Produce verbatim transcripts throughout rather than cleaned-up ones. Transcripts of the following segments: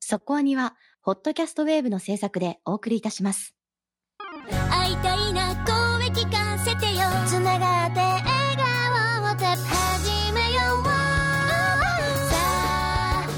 そこアニは、ホットキャストウェーブの制作でお送りいたします。 会いたいな、声聞かせてよ。つながって笑顔を始めよう。さあ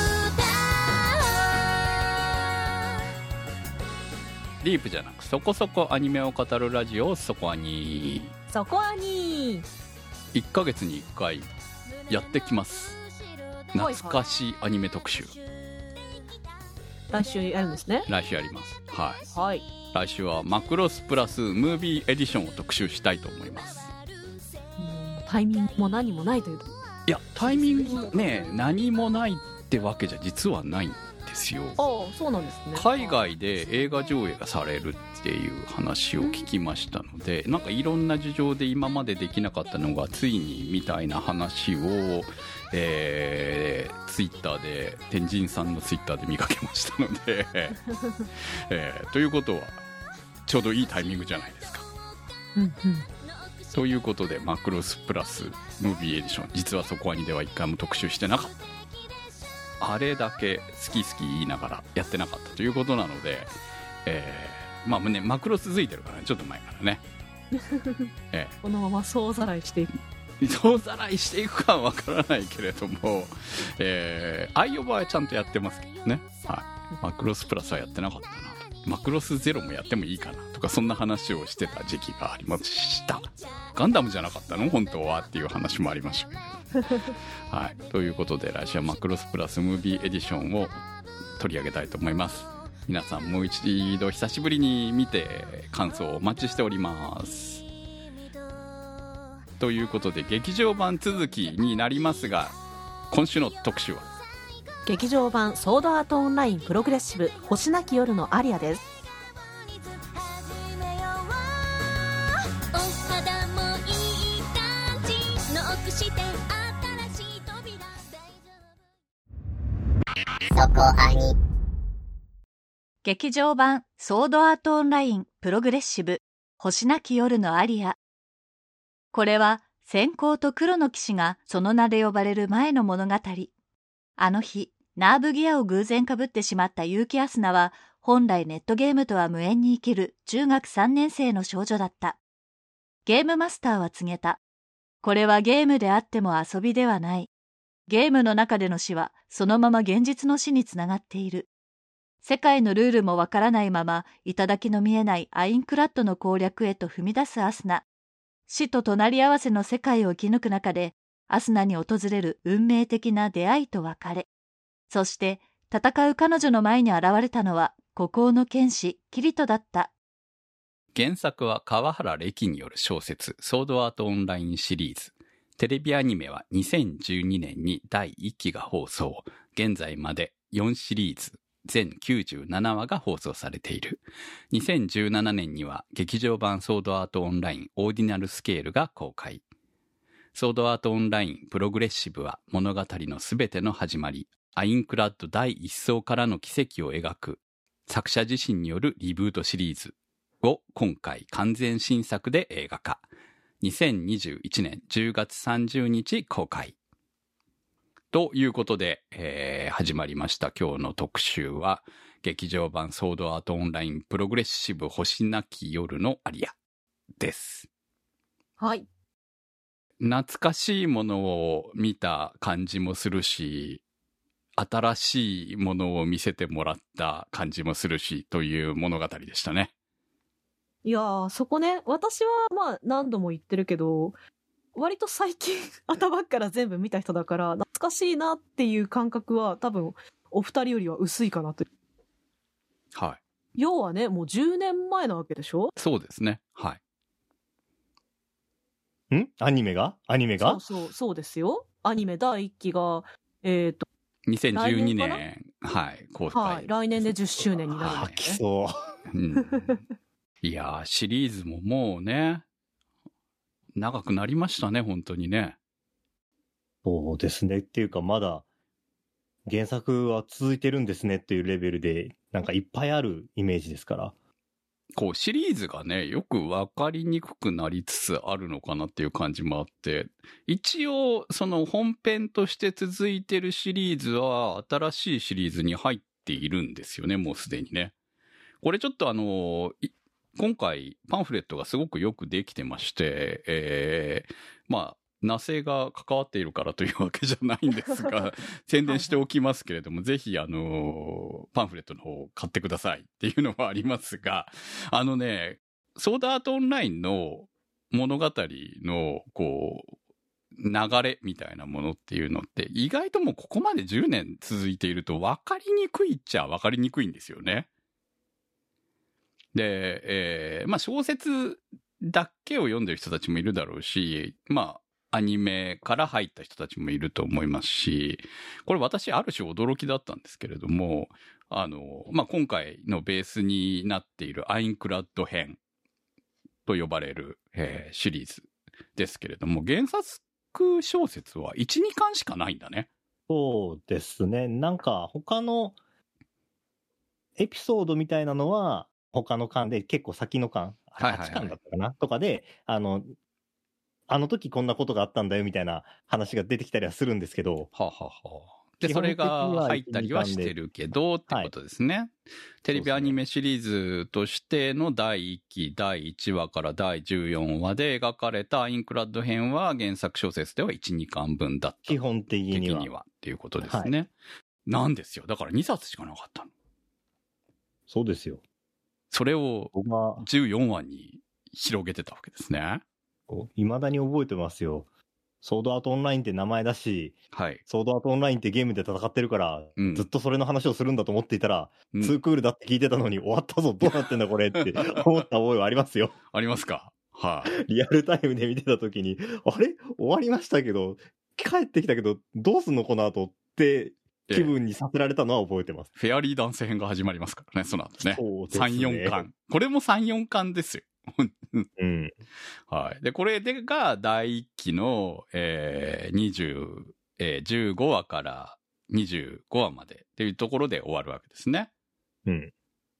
歌おう。ディープじゃなくそこそこアニメを語るラジオ、そこアニ。 そこアニいっかげつにいっかいやってきます。懐かしいアニメ特集。 来週やるんですね。 来週やります。はい。 はい。 来週はマクロスプラスムービーエディションを特集したいと思います。 うんタイミングも何もないというと。 いや、タイミングね、何もないってわけじゃ実はないんですよ。 ああ、そうなんですね。 海外で映画上映がされるっていう話を聞きましたので、なんかいろんな事情で今までできなかったのがついにみたいな話を、えー、ツイッターで天神さんのツイッターで見かけましたので、えー、ということはちょうどいいタイミングじゃないですか。 うんうん。 ということでマクロスプラスムービーエディション、実はそこアニでは一回も特集してなかった。あれだけ好き好き言いながらやってなかったということなので、えー、まあね、マクロス続いてるからね、ちょっと前からね、えー、このまま総ざらいしていく、 総ざらいしていくかはわからないけれども、えー、アイオバはちゃんとやってますけどね、はい、マクロスプラスはやってなかったなと、マクロスゼロもやってもいいかなとか、そんな話をしてた時期がありました。ガンダムじゃなかったの本当はっていう話もありましたけどはい、ということで来週はマクロスプラスムービーエディションを取り上げたいと思います。皆さんもう一度久しぶりに見て感想をお待ちしております。ということで劇場版続きになりますが、今週の特集は劇場版ソードアートオンラインプログレッシブ星なき夜のアリアです。 そこアニ。 劇場版ソードアートオンラインプログレッシブ星なき夜のアリア。これは閃光と黒の騎士がその名で呼ばれる前の物語。あの日、ナーブギアを偶然かぶってしまった結城アスナは本来ネットゲームとは無縁に生きる中学さんねん生の少女だった。ゲームマスターは告げた。これはゲームであっても遊びではない。ゲームの中での死はそのまま現実の死につながっている。世界のルールもわからないまま頂の見えないアインクラッドの攻略へと踏み出すアスナ。死と隣り合わせの世界を生き抜く中でアスナに訪れる運命的な出会いと別れ。そして戦う彼女の前に現れたのは孤高の剣士キリトだった。 原作は川原歴による小説ソードアートオンラインシリーズ。テレビアニメはにせんじゅうにねんにだいいっきが放送。現在までよんシリーズ、全きゅうじゅうななわが放送されている。にせんじゅうななねんには劇場版ソードアートオンラインオーディナルスケールが公開。ソードアートオンラインプログレッシブは物語のすべての始まり、アインクラッドだいいっそうからの奇跡を描く作者自身によるリブートシリーズを今回完全新作で映画化。にせんにじゅういちねんじゅうがつさんじゅうにち公開。ということで、えー、始まりました今日の特集は劇場版ソードアートオンラインプログレッシブ星なき夜のアリアです。 はい。 懐かしいものを見た感じもするし、新しいものを見せてもらった感じもするしという物語でしたね。 いやー、そこね、私はまあ何度も言ってるけど、割と最近頭から全部見た人だから懐かしいなっていう感覚は多分お二人よりは薄いかなと。 はい。 要はね、もうじゅうねんまえなわけでしょ。 そうですね。はい。 んアニメがアニメがそうそうそうですよ。アニメだいいっきがえっ、ー、とにせんじゅうにねん、はい、公開。 はい、来年でじゅっしゅうねんになるんだよね。 あ、きそう。 うん、いやー、シリーズももうね、長くなりましたね、本当にね。 そうですね。っていうか、まだ原作は続いてるんですねっていうレベルで、なんかいっぱいあるイメージですから。 こうシリーズがね、よく分かりにくくなりつつあるのかなっていう感じもあって、一応その本編として続いてるシリーズは新しいシリーズに入っっているんですよね、もうすでにね。これちょっとあの、今回パンフレットがすごくよくできてまして、えー、まあ、ナセが関わっているからというわけじゃないんですが、宣伝しておきますけれども、はいはい、ぜひあの、パンフレットの方を買ってくださいっていうのはありますが、あのね、ソードアートオンラインの物語の、こう、流れみたいなものっていうのって意外ともうここまでじゅうねん続いていると分かりにくいっちゃ分かりにくいんですよね。で、えー、まあ小説だけを読んでる人たちもいるだろうし、まあアニメから入った人たちもいると思いますし、これ私ある種驚きだったんですけれども、あの、まあ今回のベースになっているアインクラッド編と呼ばれる、えー、シリーズですけれども、原作小説はいち、にかんしかないんだね。 そうですね。なんか他のエピソードみたいなのは他の巻で結構先の巻、はちかんだったかな、とかで、あの、あの時こんなことがあったんだよみたいな話が出てきたりはするんですけど。 はあ、はあはあ、で、それが入ったりはしてるけどってことですね。はい、テレビアニメシリーズとしてのだいいっき、だいいちわからだいじゅうよんわで描かれたアインクラッド編は原作小説ではいち、にかんぶんだった。 基本的には。 的にはっていうことですね。はい、なんですよ。だからにさつしかなかったの。 そうですよ。 それをじゅうよんわに広げてたわけですね。 未だに覚えてますよ。ソードアートオンラインって名前だし、 はい、 ソードアートオンラインってゲームで戦ってるから、うん、ずっとそれの話をするんだと思っていたら、うん、ツークールだって聞いてたのに終わったぞ、どうなってんだこれって思った覚えはありますよ。 ありますか。はい、 リアルタイムで見てた時に、あれ終わりましたけど、帰ってきたけど、どうすんのこの後って気分にさせられたのは覚えてます。 ええ、フェアリー男性編が始まりますからね、その後ね。 そうですね。 さん、よんかん。これもさん、よんかんですよ。 うん。 はい。で、これでがだいいっきの、えー、にじゅう、えー、じゅうごわからにじゅうごわまでっていうところで終わるわけですね。 うん。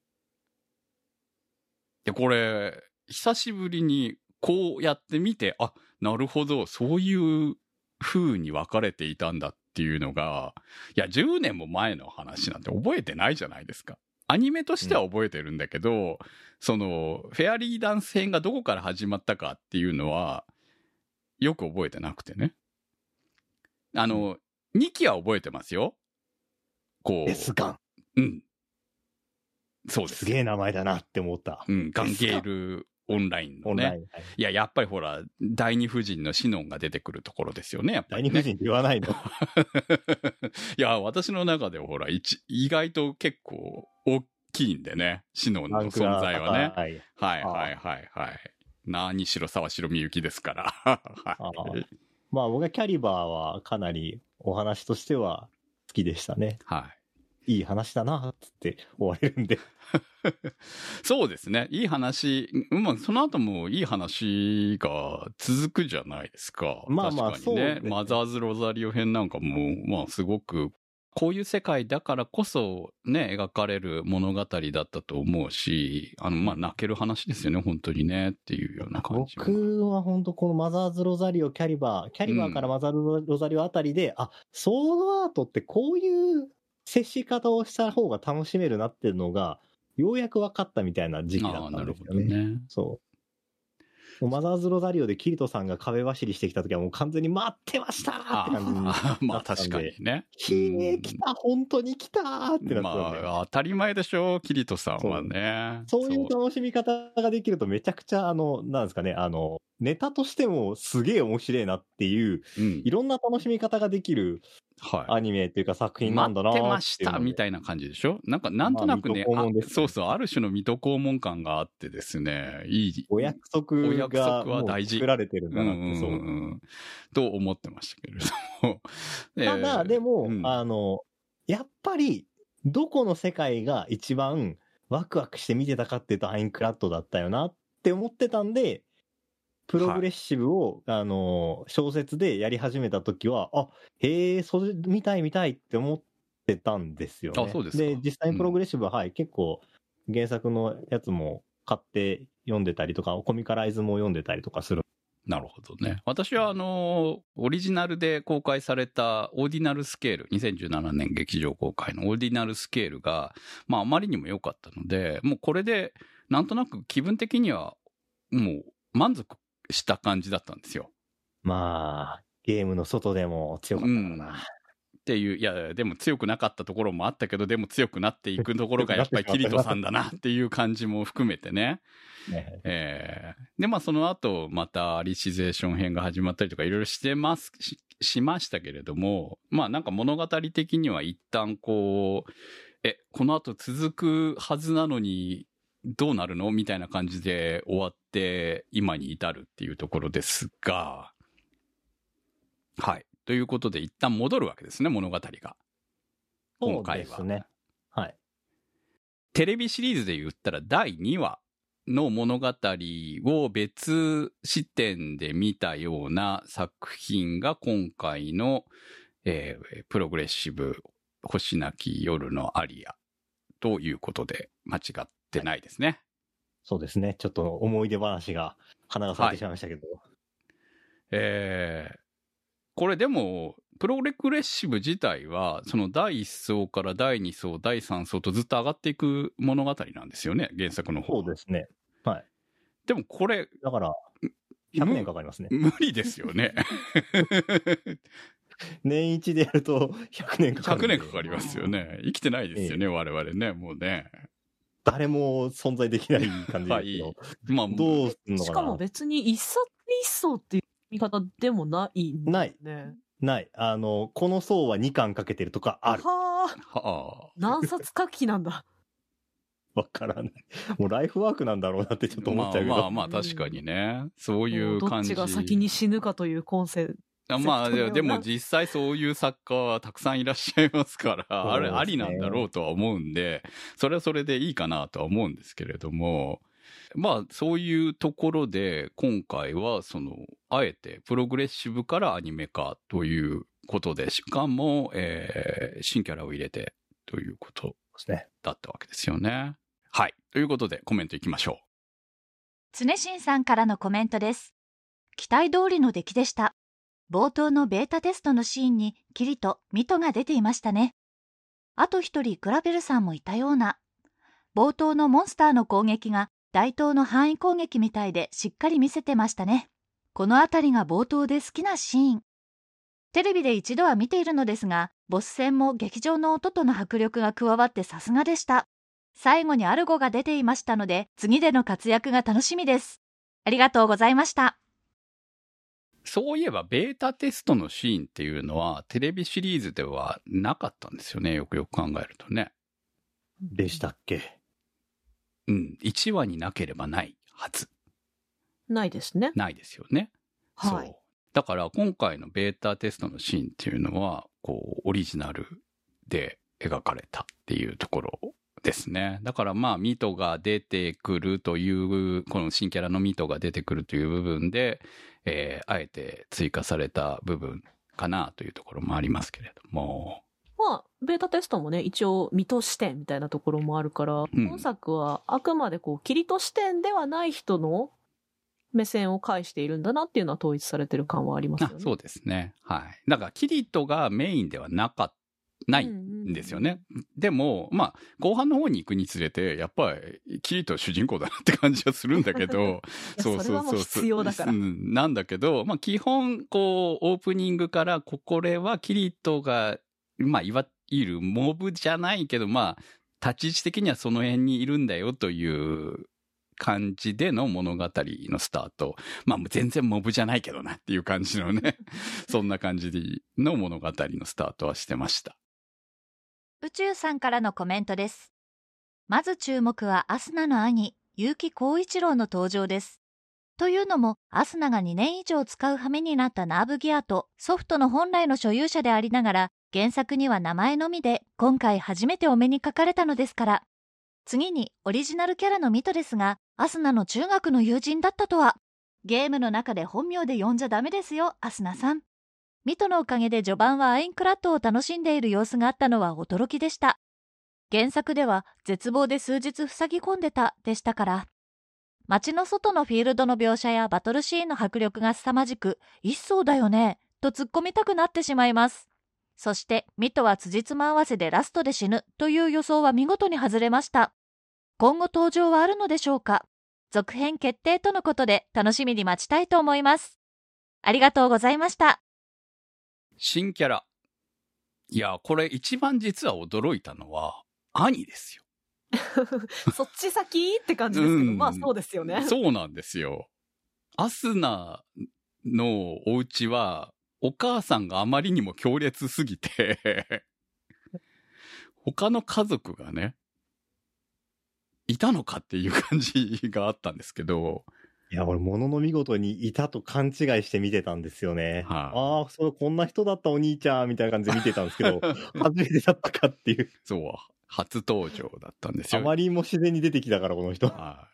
で、これ、久しぶりにこうやってみて、あ、なるほど、そういう風に分かれていたんだっていうのが、いや、じゅうねんも前の話なんて覚えてないじゃないですか。アニメとしては覚えてるんだけど、うん、その、フェアリーダンス編がどこから始まったかっていうのは、よく覚えてなくてね。あの、うん、にきは覚えてますよ。こう。 デスガン。 うん。そうです。 すげえ名前だなって思った。 うん、ガンゲールオンラインのね。はい、いや、やっぱりほら、第二夫人のシノンが出てくるところですよね、やっぱり、ね。 第二夫人って言わないのいや、私の中ではほら、一意外と結構大きいんでね、シノンの存在はね。はい、はい、はい、はい。何しろ沢城みゆきですから。はい、 まあ僕はキャリバーはかなりお話としては好きでしたね。 はい。 いい話だなつって終われるんでそうですね。いい話、まあその後もいい話が続くじゃないですか。 まあまあ確かにね。 そうですね。 マザーズ・ロザリオ編なんかも、まあすごく、こういう世界だからこそね、描かれる物語だったと思うし、あの、まあ泣ける話ですよね、本当にね、っていうような感じ。 僕は本当このマザーズ・ロザリオ、キャリバー、キャリバーからマザーズ・ロザリオあたりで、うん、あ、ソードアートってこういう接し方をした方が楽しめるなっていうのが、ようやく分かったみたいな時期だったんですよね。ね、そう。マザーズ・ロザリオでキリトさんが壁走りしてきた時はもう完全に待ってましたーって感じになったんで。 まあ確かにね。 きー来た、本当に来たーってなったんで。まあ当たり前でしょ、キリトさんはね。 そう、そういう楽しみ方ができるとめちゃくちゃあの、なんですかね、あの、ネタとしてもすげえ面白いなっていう、うん、いろんな楽しみ方ができる、はい、アニメっていうか作品なんだなーって待ってましたみたいな感じでしょ。なんかなんとなくね、まあね、そうそう、ある種の水戸黄門感があってですね、いい。 お約束がもう作られてるんだなって、そう。 うんうんうん、と思ってましたけれども。 ただ、でも、うん、あの、やっぱり、どこの世界が一番ワクワクして見てたかっていうとアインクラッドだったよなって思ってたんで、プログレッシブを、はい、あの、小説でやり始めたときは、あ、へえ、それ見たい見たいって思ってたんですよね。 あ、そうですか。 で、実際にプログレッシブは、うん、はい、結構原作のやつも買って読んでたりとか、コミカライズも読んでたりとかする。 なるほどね。私はあの、オリジナルで公開されたオーディナルスケール、にせんじゅうななねん劇場公開のオーディナルスケールが、まああまりにも良かったので、もうこれで、なんとなく気分的には、もう満足した感じだったんですよ。 まあ、ゲームの外でも強かったからな。 うんっていう、いや、でも強くなかったところもあったけど、でも強くなっていくところがやっぱりキリトさんだなっていう感じも含めてね。ねえー、で、まあその後、またアリシゼーション編が始まったりとかいろいろしてます、し、しましたけれども、まあなんか物語的には一旦こう、え、この後続くはずなのに、どうなるのみたいな感じで終わって今に至るっていうところですが、はい。ということで一旦戻るわけですね、物語が。今回は。 そうですね。はい。 テレビシリーズで言ったらだいにわの物語を別視点で見たような作品が今回の、えー、プログレッシブ星なき夜のアリアということで間違ってないですね。 そうですね。ちょっと思い出話が花が咲いてしまいましたけど。はい、 えー、これでも、プログレッシブ自体は、そのだいいっ層からだいに層、だいさん層とずっと上がっていく物語なんですよね、原作の方。 そうですね。はい。 でもこれ、 だから、ひゃくねんかかりますね。 無理ですよね。 年一でやるとひゃくねんかかる。 ひゃくねんかかりますよね。生きてないですよね、ええ、我々ね、もうね。 誰も存在できない感じですけど。はい。まあ、どうすんのかな。 しかも別に一冊一層っていう見方でもないんだよね。 ない。ない。あの、この層はにかんかけてるとかある。 はあ。はあ。何冊書きなんだ。 わからない。もうライフワークなんだろうなってちょっと思っちゃうけど。 まあまあまあ確かにね。そういう感じ。 どっちが先に死ぬかというコンセプト。 まあ、でも実際そういう作家はたくさんいらっしゃいますから、ね、あれありなんだろうとは思うんで、それはそれでいいかなとは思うんですけれども、まあそういうところで今回はその、あえてプログレッシブからアニメ化ということで、しかも、えー、新キャラを入れてということだったわけですよね。はい。ということでコメントいきましょう。 常新さんからのコメントです。期待通りの出来でした。冒頭のベータテストのシーンにキリとミトが出ていましたね。あと一人グラベルさんもいたような。冒頭のモンスターの攻撃が大東の範囲攻撃みたいでしっかり見せてましたね。このあたりが冒頭で好きなシーン。テレビで一度は見ているのですが、ボス戦も劇場の音との迫力が加わってさすがでした。最後にアルゴが出ていましたので、次での活躍が楽しみです。ありがとうございました。 そういえば、ベータテストのシーンっていうのは、テレビシリーズではなかったんですよね。よくよく考えるとね。 でしたっけ？ うん。いちわになければないはず。 ないですね。 ないですよね。 はい。 そう。だから今回のベータテストのシーンっていうのは、こう、オリジナルで描かれたっていうところですね。だからまあ、ミトが出てくるという、この新キャラのミトが出てくるという部分で、えー、あえて追加された部分かなというところもありますけれども。 まあ、ベータテストもね、一応、ミト視点みたいなところもあるから、うん、本作はあくまでこう、キリト視点ではない人の目線を介しているんだなっていうのは統一されてる感はありますよね。 あ、そうですね。はい。だから、キリトがメインではなかった。ないんですよね。うんうん、でも、まあ、後半の方に行くにつれて、やっぱり、キリト主人公だなって感じはするんだけど、 そうそうそう。それはもう必要だから。 うん、なんだけど、まあ、基本、こう、オープニングから、ここれはキリトが、まあ、いわゆるモブじゃないけど、まあ、立ち位置的にはその辺にいるんだよという感じでの物語のスタート。まあ、全然モブじゃないけどなっていう感じのね、そんな感じの物語のスタートはしてました。 宇宙さんからのコメントです。まず注目はアスナの兄、結城光一郎の登場です。というのも、アスナがにねん以上使う羽目になったナーブギアとソフトの本来の所有者でありながら、原作には名前のみで今回初めてお目にかかれたのですから。次にオリジナルキャラのミトですが、アスナの中学の友人だったとは。ゲームの中で本名で呼んじゃダメですよ、アスナさん。ミトのおかげで序盤はアインクラッドを楽しんでいる様子があったのは驚きでした。原作では絶望で数日塞ぎ込んでたでしたから。 街の外のフィールドの描写やバトルシーンの迫力が凄まじく、一層だよねと突っ込みたくなってしまいます。そしてミトは辻褄合わせでラストで死ぬという予想は見事に外れました。今後登場はあるのでしょうか。続編決定とのことで楽しみに待ちたいと思います。ありがとうございました。 新キャラ。いや、これ一番実は驚いたのは、兄ですよ。 そっち先って感じですけど、 うんまあそうですよね。 そうなんですよ。アスナのお家は、お母さんがあまりにも強烈すぎて、他の家族がね、いたのかっていう感じがあったんですけど、 いや、俺、ものの見事にいたと勘違いして見てたんですよね。 はい、 ああ、そう、こんな人だったお兄ちゃんみたいな感じで見てたんですけど、初めてだったかっていう。 そう、初登場だったんですよ。 あまりにも自然に出てきたから、この人。 はい、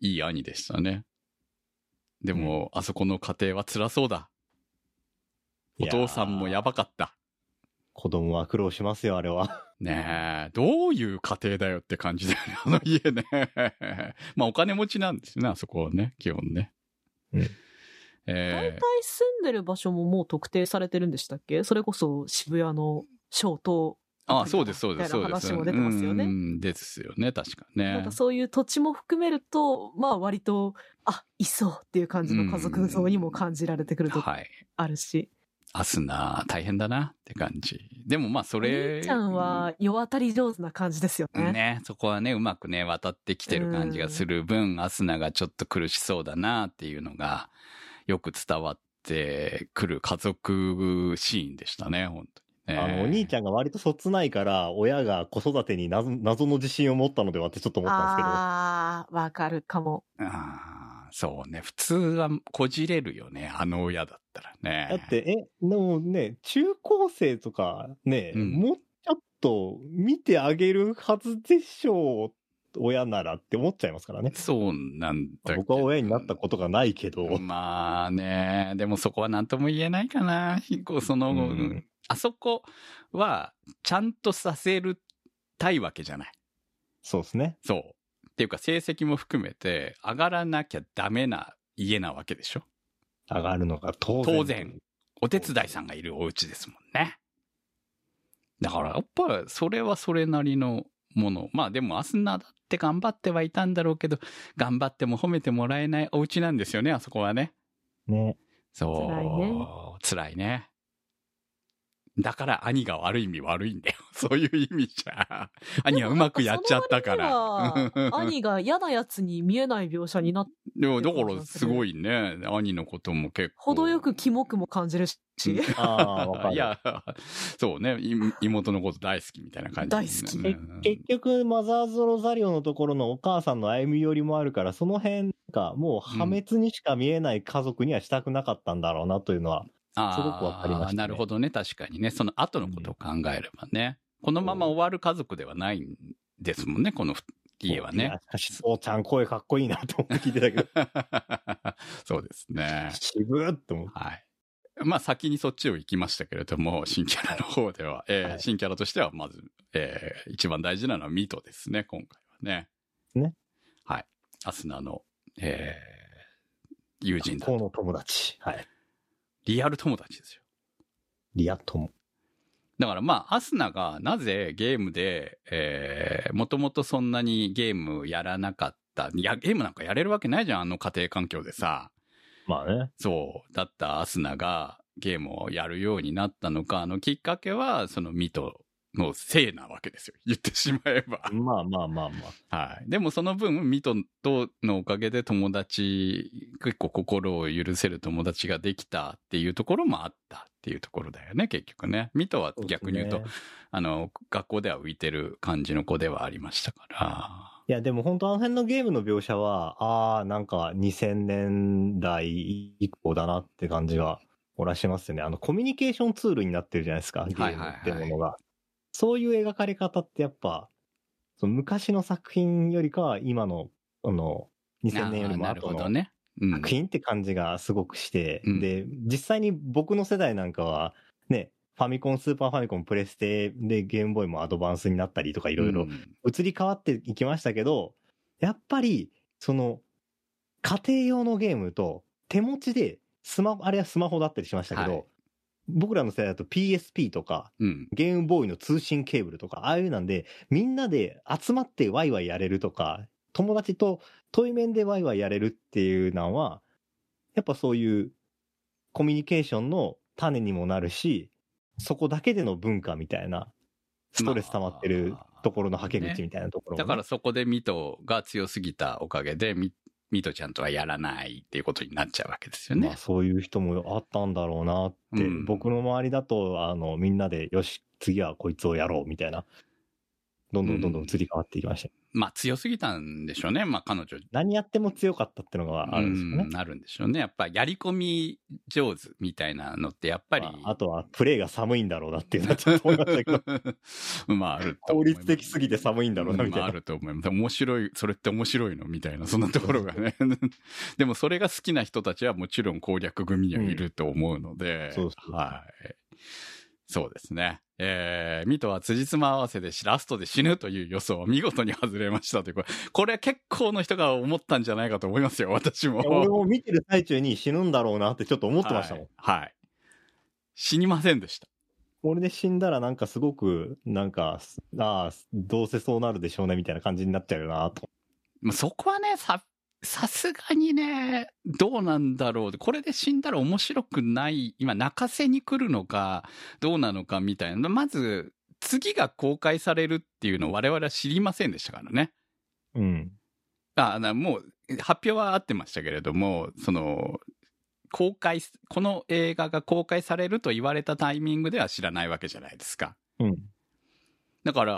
いい兄でしたね。でも、うん、あそこの家庭は辛そうだ。お父さんもやばかった。 子供は苦労しますよ、あれは。 ねえ、どういう家庭だよって感じだよね、あの家ね。まあお金持ちなんですよね、あそこはね、基本ね。うん。 えー、大体住んでる場所ももう特定されてるんでしたっけ？それこそ渋谷の小東。 ああ、そうです、そうです、そうです。 話も出てますよね。 うん、ですよね、確かね。 なんかそういう土地も含めると、まあ割と、あ、いそうっていう感じの家族像にも感じられてくるとあるし。はい、 アスナ大変だなって感じ。でもまあそれ。 お兄ちゃんは世渡り上手な感じですよね。 ね、そこはね、うまくね、渡ってきてる感じがする分、アスナがちょっと苦しそうだなっていうのが、よく伝わってくる家族シーンでしたね、本当に。 あの、お兄ちゃんが割とそつないから、親が子育てに謎、謎の自信を持ったのではってちょっと思ったんですけど。 ああ、わかるかも。 ああ、そうね。普通はこじれるよね、あの親だったらね。 だって、え、でもね、中高生とかね、うん、もうちょっと見てあげるはずでしょう、親ならって思っちゃいますからね。 そうなんだけど。 僕は親になったことがないけど。 まあね、でもそこは何とも言えないかな。その、うん、あそこはちゃんとさせるたいわけじゃない。 そうですね。 そう。っていうか成績も含めて上がらなきゃダメな家なわけでしょ。 上がるのが当然。 当然。お手伝いさんがいるお家ですもんね。だからやっぱりそれはそれなりのもの。まあでもアスナだって頑張ってはいたんだろうけど、頑張っても褒めてもらえないお家なんですよね、あそこはね。 ね。 そう。 辛いね。 辛いね。だから兄が悪い意味悪いんだよ。そういう意味じゃ。兄はうまくやっちゃったから。 兄が嫌なやつに見えない描写になって。 でもだからすごいね。兄のことも結構。 程よくキモくも感じるし。 ああ、わかる。 いや、そうね。妹のこと大好きみたいな感じ、 大好き。 結局、マザーズ・ロザリオのところのお母さんの歩み寄りもあるから、その辺がもう破滅にしか見えない家族にはしたくなかったんだろうなというのは。すごくわかりました、ね。 なるほどね。確かにね。その後のことを考えればね。うん、このまま終わる家族ではないんですもんね。この家はね。いや、 しかし、そうちゃん声かっこいいなと思って聞いてたけど。 そうですね。 渋ーって思って。 はい。まあ先にそっちを行きましたけれども、新キャラの方では。はい、えーはい、新キャラとしてはまず、えー、一番大事なのはミトですね。今回はね。 ね。 はい。アスナの、えー、友人だと。 学校の友達。はい。 リアル友達ですよ。 リア友。 だからまあ、アスナがなぜゲームで、えー、もともとそんなにゲームやらなかった。いや、ゲームなんかやれるわけないじゃん、あの家庭環境でさ。 まあね。 そう。だったアスナがゲームをやるようになったのか、あのきっかけは、そのミトのせいなわけですよ。言ってしまえば。 まあまあまあまあ。はい。でもその分、ミトとのおかげで友達、結構心を許せる友達ができたっていうところもあったっていうところだよね、結局ね。ミトは逆に言うと、うね、あの、学校では浮いてる感じの子ではありましたから。 いや、でも本当あの辺のゲームの描写は、ああ、なんかにせんねんだい以降だなって感じが、おらしますよね。あの、コミュニケーションツールになってるじゃないですか、ゲームってものが。はいはいはい、そういう描かれ方ってやっぱ、その昔の作品よりかは今の、あの、にせんねんよりも後の作品って感じがすごくして、うん、で、実際に僕の世代なんかは、ね、ファミコン、スーパーファミコン、プレステでゲームボーイもアドバンスになったりとかいろいろ移り変わっていきましたけど、やっぱり、その、 家庭用のゲームと手持ちでスマホ、あれはスマホだったりしましたけど、はい、僕らの世代だと ピーエスピー とか、うん、ゲームボーイの通信ケーブルとか、ああいうなんで、みんなで集まってワイワイやれるとか、友達と対面でワイワイやれるっていうのは、やっぱそういうコミュニケーションの種にもなるし、そこだけでの文化みたいな、ストレス溜まってるところのはけ口みたいなところ、ねね、だからそこでミトが強すぎたおかげで、ミミトちゃんとはやらないっていうことになっちゃうわけですよね。 まあそういう人もあったんだろうなって、うん、僕の周りだと、あの、みんなで、よし、次はこいつをやろうみたいな、どんどんどんどん移り変わっていきました。 うん、まあ強すぎたんでしょうね、まあ彼女。 何やっても強かったっていうのがあるんですよね。 うん、あるんでしょうね。やっぱやり込み上手みたいなのってやっぱり。 まあ、あとはプレイが寒いんだろうなっていうのはちょっと思いましたけど。 まああると効率的すぎて寒いんだろうなみたいな。 まああると思います。面白い、それって面白いのみたいな、そんなところがね。でもそれが好きな人たちはもちろん攻略組にはいると思うので。うん、そうそうはい。そうですね。えー、ミトは辻褄合わせでラストで死ぬという予想は見事に外れましたというこれ、これ結構の人が思ったんじゃないかと思いますよ、私も。 俺も見てる最中に死ぬんだろうなってちょっと思ってましたもん。 はい。はい、死にませんでした。 これで死んだらなんかすごく、なんか、ああ、どうせそうなるでしょうねみたいな感じになっちゃうよなと。 そこはね、さ、さすがにね、どうなんだろう。これで死んだら面白くない、今泣かせに来るのか、どうなのかみたいな。まず、次が公開されるっていうのを我々は知りませんでしたからね。 うん。 あ、もう、発表はあってましたけれども、その、公開、この映画が公開されると言われたタイミングでは知らないわけじゃないですか。 うん。 だから、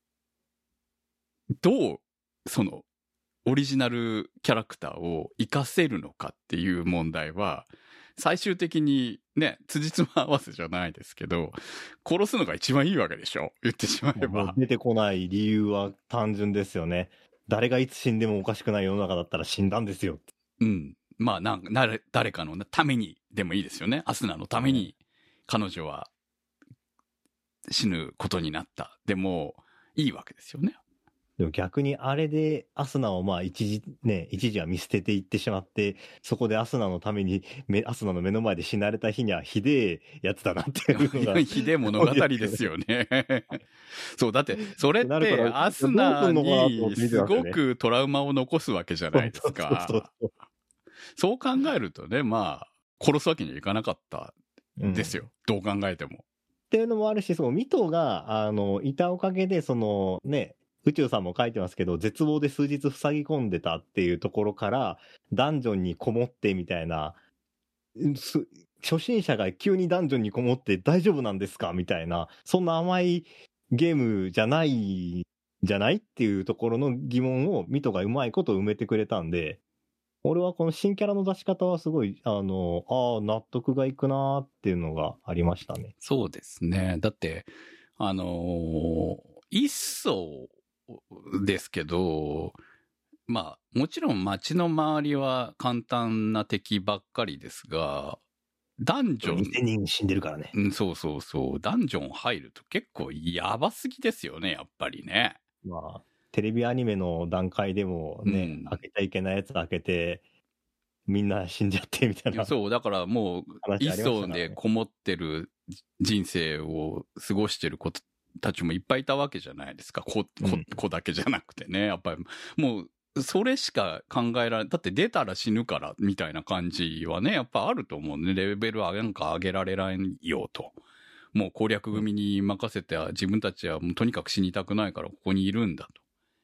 どう、その、オリジナルキャラクターを活かせるのかっていう問題は、最終的にね、辻褄合わせじゃないですけど、殺すのが一番いいわけでしょ、言ってしまえば。 出てこない理由は単純ですよね。誰がいつ死んでもおかしくない世の中だったら死んだんですよ。 うん。まあ、なんな誰かのためにでもいいですよね。アスナのために彼女は死ぬことになった。でも、いいわけですよね。 でも逆にあれでアスナをまあ一時ね、一時は見捨てていってしまって、そこでアスナのために、アスナの目の前で死なれた日にはひでえやつだなっていうのが。 ひでえ物語ですよね。そう、だって、それってアスナにすごくトラウマを残すわけじゃないですか。そう考えるとね、まあ、殺すわけにはいかなかったんですよ。うん、どう考えても。 っていうのもあるし、そのミトが、あの、いたおかげで、そのね、宇宙さんも書いてますけど、絶望で数日塞ぎ込んでたっていうところから、ダンジョンにこもってみたいな、初心者が急にダンジョンにこもって大丈夫なんですかみたいな、そんな甘いゲームじゃないじゃないっていうところの疑問をミトがうまいこと埋めてくれたんで、俺はこの新キャラの出し方はすごい、あの、ああ、納得がいくなーっていうのがありましたね。 そうですね。だって、あのー、一層ですけど、まあ、もちろん街の周りは簡単な敵ばっかりですが、ダンジョン。 にせんにん死んでるからね。 うん、そうそうそう。ダンジョン入ると結構やばすぎですよね、やっぱりね。 まあ、テレビアニメの段階でもね、うん、開けちゃいけないやつ開けて、みんな死んじゃってみたいな。 そう、だからもう、一層でこもってる人生を過ごしてる子たちもいっぱいいたわけじゃないですか。子、子、子だけじゃなくてね。やっぱり、もう、それしか考えられ、だって出たら死ぬから、みたいな感じはね、やっぱあると思うね。レベルはなんか上げられないよと。もう攻略組に任せて、自分たちはもうとにかく死にたくないからここにいるんだと。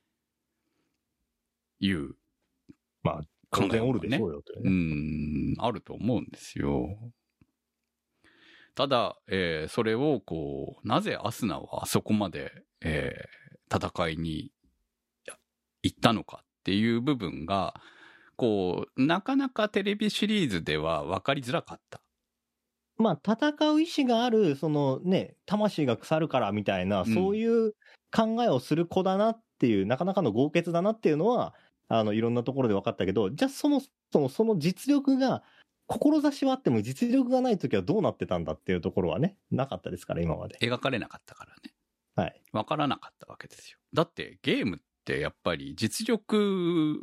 いう。 まあ、当然おるでしょうよと、ね。 うん、あると思うんですよ。ただ、えー、それをこう、なぜアスナはあそこまで、えー、戦いに行ったのかっていう部分が、こう、なかなかテレビシリーズでは分かりづらかった。 まあ、戦う意志がある、そのね、魂が腐るからみたいな、うん、そういう考えをする子だなっていう、なかなかの豪傑だなっていうのは、あの、いろんなところで分かったけど、じゃあそもそもその実力が、志はあっても実力がないときはどうなってたんだっていうところはね、なかったですから、今まで。 描かれなかったからね。 はい。 分からなかったわけですよ。だってゲームってやっぱり実力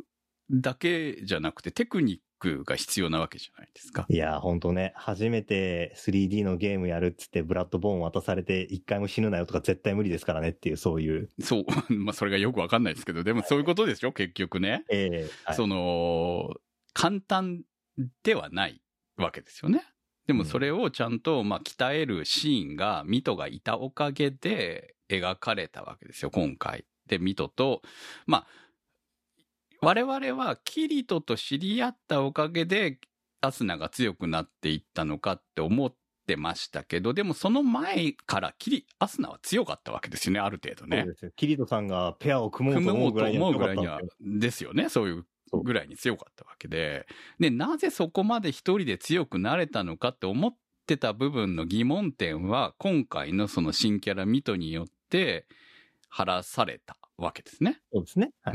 だけじゃなくてテクニックが必要なわけじゃないですか。 いや、ほんとね、初めて スリーディー のゲームやるっつってブラッドボーン渡されて一回も死ぬなよとか絶対無理ですからねっていう、そういう。 そう。まあ、それがよくわかんないですけど、でもそういうことでしょ、はい、結局ね。 ええーはい、 その、簡単ではないわけですよね。でもそれをちゃんと、まあ、鍛えるシーンが、ミトがいたおかげで描かれたわけですよ、今回。で、ミトと、まあ、我々はキリトと知り合ったおかげでアスナが強くなっていったのかって思ってましたけど、でもその前からキリ、アスナは強かったわけですよね、ある程度ね。 そうですよ。キリトさんがペアを組もうと思うぐらいには強かったんですよ。 組もうと思うぐらいにはですよね、そういうぐらいに強かったわけで。で、なぜそこまで一人で強くなれたのかって思ってた部分の疑問点は、今回のその新キャラミトによって晴らされたわけですね。 そうですね。はい、 うん。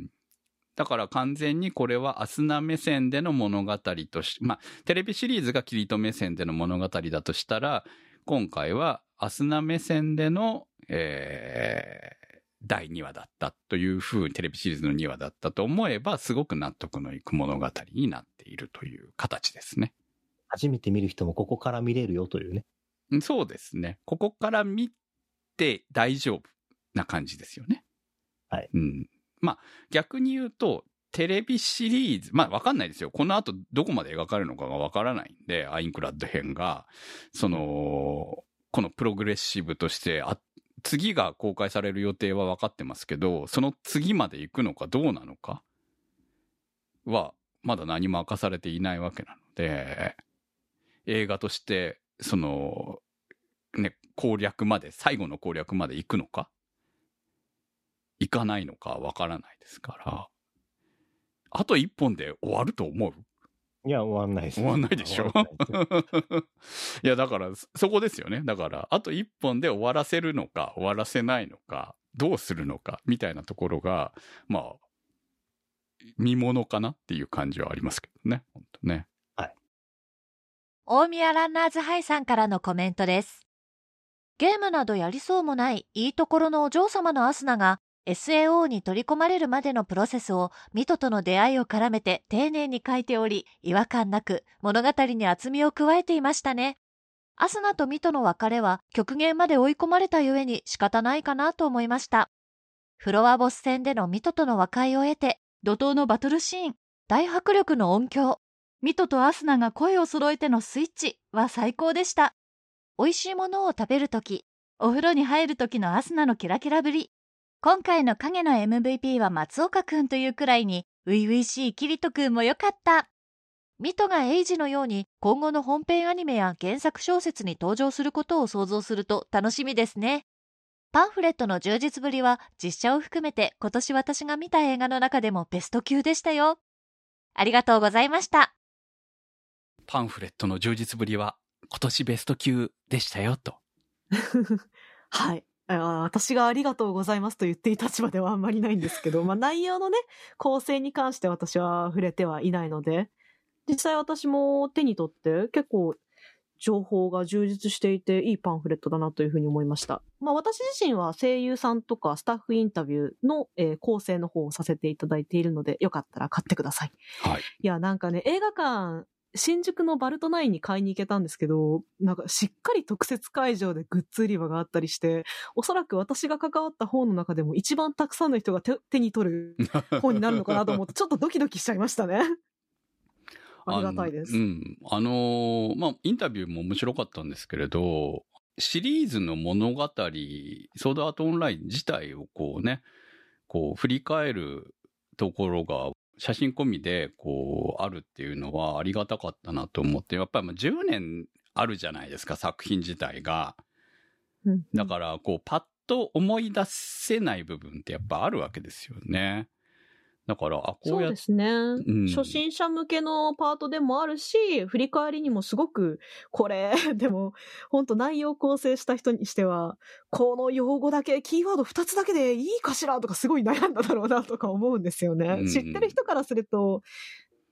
だから完全にこれはアスナ目線での物語とし、まあ、テレビシリーズがキリト目線での物語だとしたら、今回はアスナ目線での、えー、だいにわだったというふうに、テレビシリーズのにわだったと思えば、すごく納得のいく物語になっているという形ですね。 初めて見る人もここから見れるよというね。 そうですね。ここから見て大丈夫な感じですよね。 はい。 うん。まあ、逆に言うと、テレビシリーズ、まあわかんないですよ。この後どこまで描かれるのかがわからないんで、アインクラッド編が、その、このプログレッシブとして、あ、次が公開される予定は分かってますけど、その次まで行くのかどうなのかは、まだ何も明かされていないわけなので、映画として、その、ね、攻略まで、最後の攻略まで行くのか行かないのかわからないですから、あと一本で終わると思う？ いや、終わんないです。 終わんないでしょいや、だから、そこですよね。だから、あと一本で終わらせるのか、終わらせないのか、どうするのか、みたいなところが、まあ、見ものかなっていう感じはありますけどね。本当ね。 はい。 大宮ランナーズハイさんからのコメントです。ゲームなどやりそうもないいいところのお嬢様のアスナが、エスエーオー に取り込まれるまでのプロセスをミトとの出会いを絡めて丁寧に書いており、違和感なく物語に厚みを加えていましたね。アスナとミトの別れは極限まで追い込まれたゆえに仕方ないかなと思いました。フロアボス戦でのミトとの和解を得て、怒涛のバトルシーン、大迫力の音響、ミトとアスナが声を揃えてのスイッチは最高でした。美味しいものを食べるとき、お風呂に入るときのアスナのキラキラぶり、今回の影の エムブイピー は松岡くんというくらいに、初々しいキリトくんもよかった。ミトがエイジのように今後の本編アニメや原作小説に登場することを想像すると楽しみですね。パンフレットの充実ぶりは実写を含めて今年私が見た映画の中でもベスト級でしたよ。ありがとうございました。 パンフレットの充実ぶりは今年ベスト級でしたよと。 はい。あ、私がありがとうございますと言っていい立場ではあんまりないんですけど、まあ内容のね、構成に関して私は触れてはいないので、実際私も手に取って結構情報が充実していていいパンフレットだなというふうに思いました。まあ私自身は声優さんとかスタッフインタビューの、えー、構成の方をさせていただいているので、よかったら買ってください。 はい。 いや、なんかね、映画館、新宿のバルトナインに買いに行けたんですけど、なんかしっかり特設会場でグッズ売り場があったりして、おそらく私が関わった本の中でも一番たくさんの人が 手, 手に取る本になるのかなと思って、ちょっとドキドキしちゃいましたね。ありがたいです。 あの、うん、あのー、まあ、インタビューも面白かったんですけれど、シリーズの物語、ソードアートオンライン自体をこうね、こう振り返るところが、写真込みでこうあるっていうのはありがたかったなと思って、やっぱりじゅうねんあるじゃないですか、作品自体が。 うんうん、 だからこうパッと思い出せない部分ってやっぱあるわけですよね。だから、あ、こうやって。 そうですね、 うん。 初心者向けのパートでもあるし、振り返りにもすごく、これ、でも、本当内容構成した人にしては、この用語だけ、キーワードふたつだけでいいかしらとかすごい悩んだだろうなとか思うんですよね。うん、知ってる人からすると、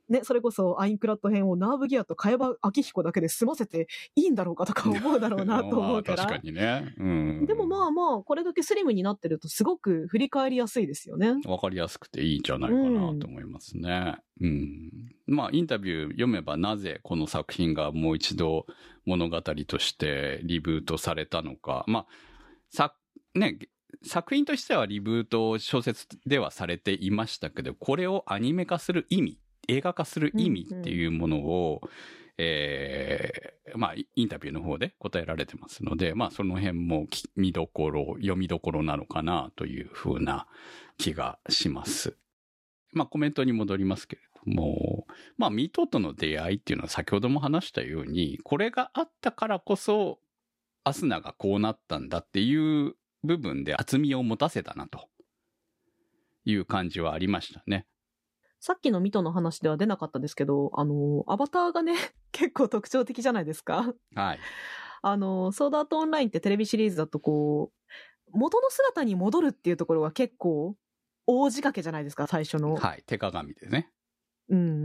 ね、それこそアインクラッド編をナーブギアと茅場明彦だけで済ませていいんだろうかとか思うだろうなと思うから。 まあ、確かにね。うん。 でもまあまあ、これだけスリムになってるとすごく振り返りやすいですよね。 わかりやすくていいんじゃないかなと思いますね。うん。うん、まあ、インタビュー読めばなぜこの作品がもう一度物語としてリブートされたのか。まあ、さ、ね、作品としてはリブート小説ではされていましたけど、これをアニメ化する意味、映画化する意味っていうものを、うんうん、えー、まあ、インタビューの方で答えられてますので、まあ、その辺も見どころ、読みどころなのかなというふうな気がします。まあ、コメントに戻りますけれども、まあ、ミトとの出会いっていうのは先ほども話したように、これがあったからこそ、アスナがこうなったんだっていう部分で厚みを持たせたなという感じはありましたね。 さっきのミトの話では出なかったですけど、あの、アバターがね、結構特徴的じゃないですか。 はい。 あの、ソードアートオンラインってテレビシリーズだとこう、元の姿に戻るっていうところが結構大仕掛けじゃないですか、最初の。 はい、手鏡でね。 うんうん。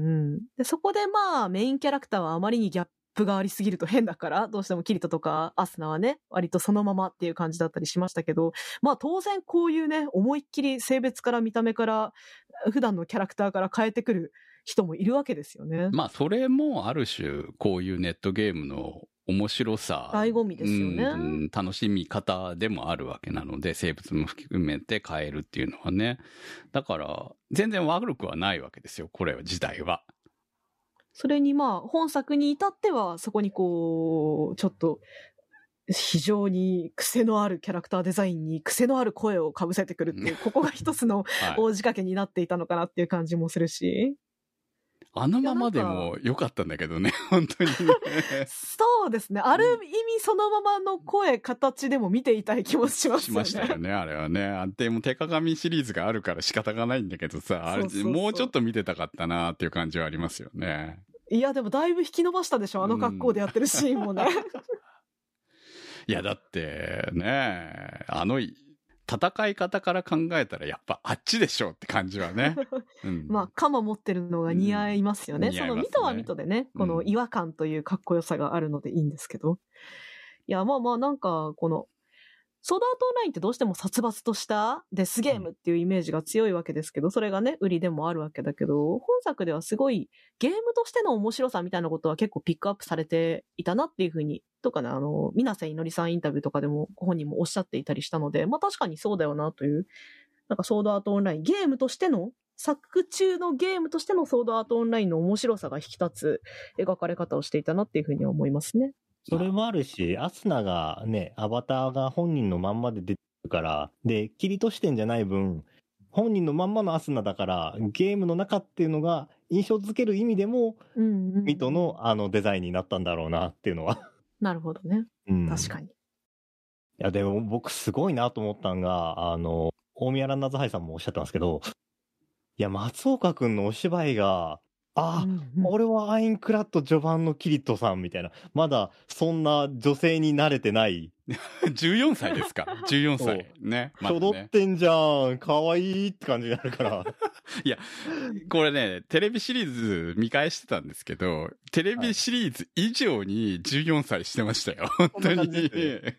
で、そこでまあ、メインキャラクターはあまりにギャップがありすぎると変だから、どうしてもキリトとかアスナはね、割とそのままっていう感じだったりしましたけど、まあ当然こういうね、思いっきり性別から見た目から、普段のキャラクターから変えてくる人もいるわけですよね。 まあそれもある種、こういうネットゲームの面白さ。 醍醐味ですよね。 うん、楽しみ方でもあるわけなので、生物も含めて変えるっていうのはね。だから、全然悪くはないわけですよ、これ自体は。 それにまあ、本作に至っては、そこにこう、ちょっと、非常に癖のあるキャラクターデザインに癖のある声を被せてくるっていう、ここが一つの大仕掛けになっていたのかなっていう感じもするし。 あのままでも良かったんだけどね、本当に、ね。 そうですね。ある意味そのままの声、形でも見ていたい気もしますよね。 しましたよね、あれはね。でも手鏡シリーズがあるから仕方がないんだけどさ、あれ、そうそうそう、もうちょっと見てたかったなっていう感じはありますよね。 いや、でもだいぶ引き伸ばしたでしょ、あの格好でやってるシーンもね。 いや、だってね、あの戦い方から考えたらやっぱあっちでしょって感じはね。うん、 まあ、鎌持ってるのが似合いますよね。うん、そのミトはミトでね、この違和感というかっこよさがあるのでいいんですけど。うん、いや、まあまあなんか、この、ソードアートオンラインってどうしても殺伐としたデスゲームっていうイメージが強いわけですけど、それがね、売りでもあるわけだけど、本作ではすごいゲームとしての面白さみたいなことは結構ピックアップされていたなっていうふうに、とかね、あの、水瀬いのりさんインタビューとかでもご本人もおっしゃっていたりしたので、まあ確かにそうだよなという、なんかソードアートオンライン、ゲームとしての、作中のゲームとしてのソードアートオンラインの面白さが引き立つ描かれ方をしていたなっていうふうには思いますね。 それもあるし、アスナがね、アバターが本人のまんまで出てるから、で、切り取視点じゃない分、本人のまんまのアスナだから、ゲームの中っていうのが印象づける意味でも、うんうんうん、ミトのあのデザインになったんだろうなっていうのは。 なるほどね。うん、確かに。いや、でも僕すごいなと思ったんが、あの、大宮ランナーズハイさんもおっしゃってますけど、いや、松岡くんのお芝居が、あ、うんうん、俺はアインクラッド序盤のキリトさんみたいな。まだそんな女性に慣れてない。 じゅうよんさいですか ?じゅうよん 歳。ね。 まね、踊ってんじゃん。かわいいって感じになるから。 いや、これね、テレビシリーズ見返してたんですけど、テレビシリーズ以上にじゅうよんさいしてましたよ。本当に。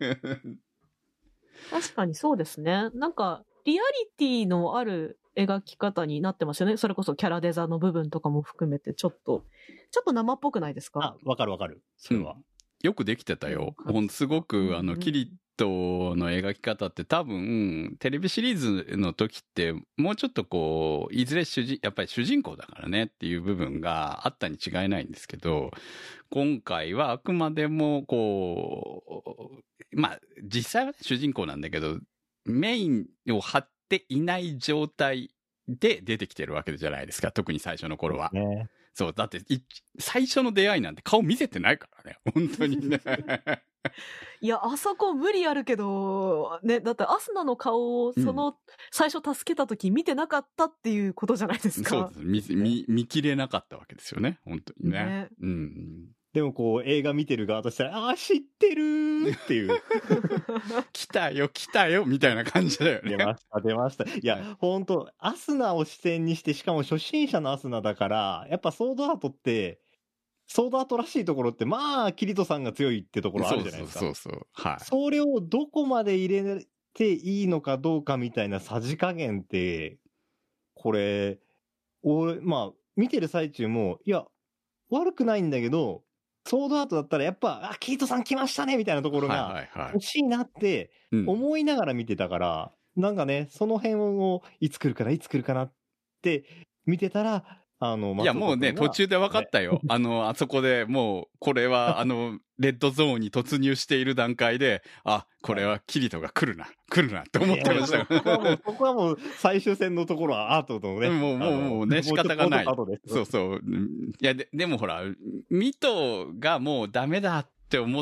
確かにそうですね。なんか、リアリティのある描き方になってますよね。それこそキャラデザの部分とかも含めて、ちょっと、ちょっと生っぽくないですか？ あ、わかるわかる。それは。うん、 よくできてたよ。ほんすごく、あの、キリトの描き方って多分、テレビシリーズの時って、もうちょっとこう、いずれ主人、やっぱり主人公だからねっていう部分があったに違いないんですけど、今回はあくまでも、こう、まあ、実際は主人公なんだけど、メインを張っていない状態で出てきてるわけじゃないですか。特に最初の頃は。ね、そう、だって、最初の出会いなんて顔見せてないからね。本当にね。 いや、あそこ無理あるけど、ね、だってアスナの顔をその、最初助けた時見てなかったっていうことじゃないですか。 そうです。見、見、見切れなかったわけですよね。本当にね。ね、うん。 でもこう映画見てる側としたら、ああ、知ってるーっていう。 来たよ、来たよ、みたいな感じだよね。 出ました、出ました。いや、ほんと、アスナを視点にして、しかも初心者のアスナだから、やっぱソードアートって、ソードアートらしいところって、まあ、キリトさんが強いってところあるじゃないですか。 そうそうそうそう。はい。 それをどこまで入れていいのかどうかみたいなさじ加減って、これ、俺、まあ、見てる最中も、いや、悪くないんだけど、ソードアートだったらやっぱ、あ、キートさん来ましたねみたいなところが欲しいなって思いながら見てたから、はいはいはい、なんかね、その辺をいつ来るかな、いつ来るかなって見てたら、あの、 いや、もうね、途中で分かったよ。あの、あそこでもう、これは、あの、レッドゾーンに突入している段階で、あ、これはキリトが来るな、来るなって思ってました。 ここはもう、ここはもう最終戦のところはアートのね。 もう、もう、もうね、仕方がない。そうそう。いや、で、でもほら、ミトがもうダメだって思って、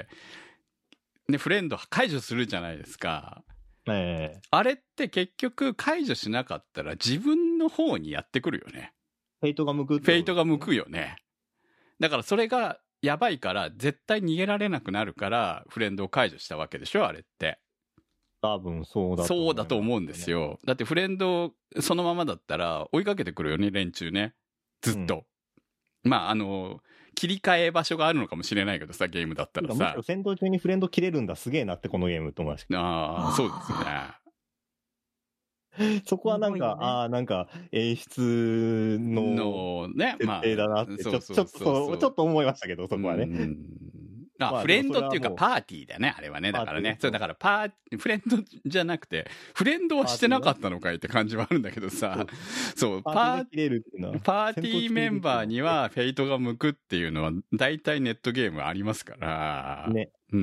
ね、フレンド解除するじゃないですか。 ええ、 あれって結局解除しなかったら自分の方にやってくるよね。 フェイトが向く、 フェイトが向くよね。だからそれがやばいから絶対逃げられなくなるからフレンドを解除したわけでしょ、あれって。 多分そうだと思う、ね。 そうだと思うんですよ。だってフレンドそのままだったら追いかけてくるよね、連中ね。ずっと。うん、まああの、切り替え場所があるのかもしれないけどさ、ゲームだったらさ。むしろ戦闘中にフレンド切れるんだ、すげえなってこのゲームと思いました。 ああ、そうですね。 そこはなんか、ね、ああ、なんか演出の設定だなって、ちょっと、ちょっと、ちょっと思いましたけど、そこはね。 あ、まあ、フレンドっていうかパーティーだね、あれはね。だからね。そう、だからパー、フレンドじゃなくて、フレンドはしてなかったのかいって感じはあるんだけどさ、そう、パーティー、パーティーメンバーにはフェイトが向くっていうのは、大体ネットゲームありますから、 ね。 うん。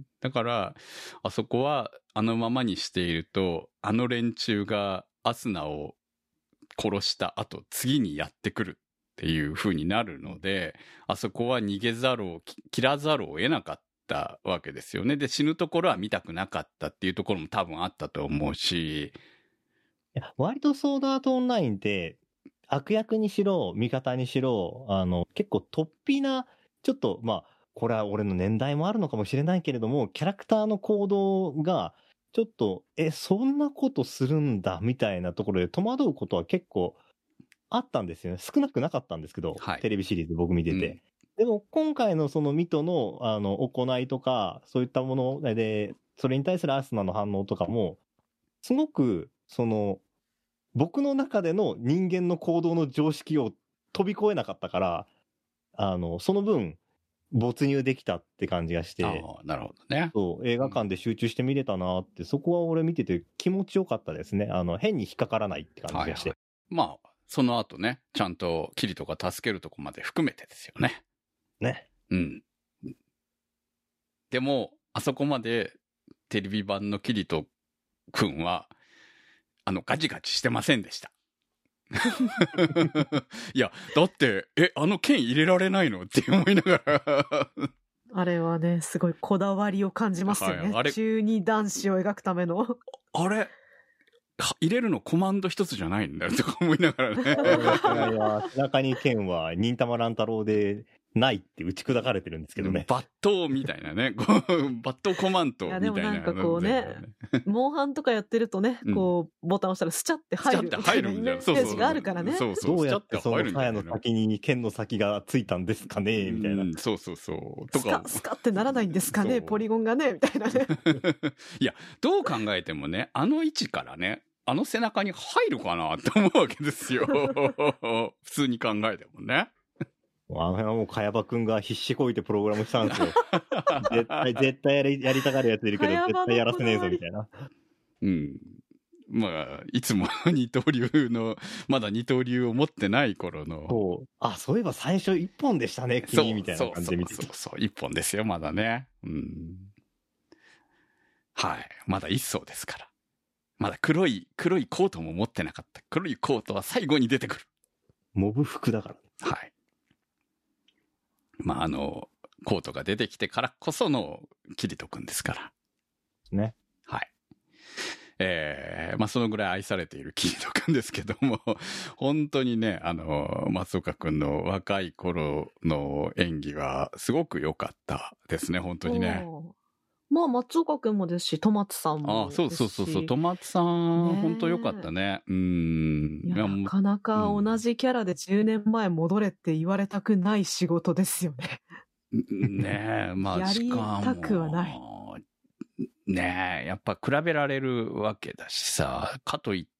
だから、あそこはあのままにしていると、あの連中がアスナを殺した後、次にやってくるっていう風になるので、あそこは逃げざるを、切らざるを得なかったわけですよね。で、死ぬところは見たくなかったっていうところも多分あったと思うし。 いや、割とソードアートオンラインって、悪役にしろ、味方にしろ、あの、結構突飛な、ちょっと、まあ、これは俺の年代もあるのかもしれないけれども、キャラクターの行動が、ちょっと、え、そんなことするんだ、みたいなところで戸惑うことは結構あったんですよね。少なくなかったんですけど、はい、テレビシリーズ僕見てて。うん、でも、今回のそのミトの、あの、行いとか、そういったもので、それに対するアスナの反応とかも、すごく、その、僕の中での人間の行動の常識を飛び越えなかったから、あの、その分、没入できたって感じがして。 ああ、なるほどね。 そう、映画館で集中して見れたなって、うん、そこは俺見てて気持ちよかったですね。あの、変に引っかからないって感じがして。 はいはい、まあ、その後ね、ちゃんとキリトが助けるとこまで含めてですよね。 ね。 うん。でも、あそこまでテレビ版のキリトくんは、あの、ガチガチしてませんでした。いや、だって、え、あの剣入れられないのって思いながら。 あれはね、すごいこだわりを感じますよね。はい、あれ中二男子を描くための。 あれ入れるのコマンド一つじゃないんだよとか思いながらね。 いや、背中に剣は忍たま乱太郎でないって打ち砕かれてるんですけどね。 バットみたいなね。バットコマンドみたいな。いや、でもなんかこうね、モンハンとかやってるとね、うん、こう、ボタン押したらスチャって入るみたいな。スチャって入るんだよ。そうそう。イメージがあるからね。 そうそう。 どうやってその鞘の先に剣の先がついたんですかねみたいな、うん。 そうそうそう。 とか。スカ、スカってならないんですかねポリゴンがねみたいなね。 いや、どう考えてもね、あの位置からね、あの背中に入るかなって思うわけですよ。普通に考えてもね。 あのもう、かやばくんが必死こいてプログラムしたんですよ。絶対、絶対やり、やりたがるやついるけど、絶対やらせねえぞ、みたいな。 うん。まあ、いつも二刀流の、まだ二刀流を持ってない頃の。 そう。あ、そういえば最初一本でしたね、君、みたいな感じで見てそうそうそうそう、一本ですよ、まだね。うん。はい。まだ一層ですから。まだ黒い、黒いコートも持ってなかった。黒いコートは最後に出てくる。 モブ服だから。 はい。まあ、あの、コートが出てきてからこそのキリトくんですから。 ね。 はい。えー、 まあそのぐらい愛されている金斗くんですけども、本当にね、あの、松岡くんの若い頃の演技がすごく良かったですね、本当にね。 まあ、松岡くんもですし、戸松さんもですし。 ああ、そうそうそうそう、戸松さん、 ね、 本当良かったね。うん。 いや、なかなか同じキャラでじゅうねんまえ戻れって言われたくない仕事ですよね。 ねえ、まあ、 やりたくはない。 ねえ、やっぱ比べられるわけだしさ、かといって、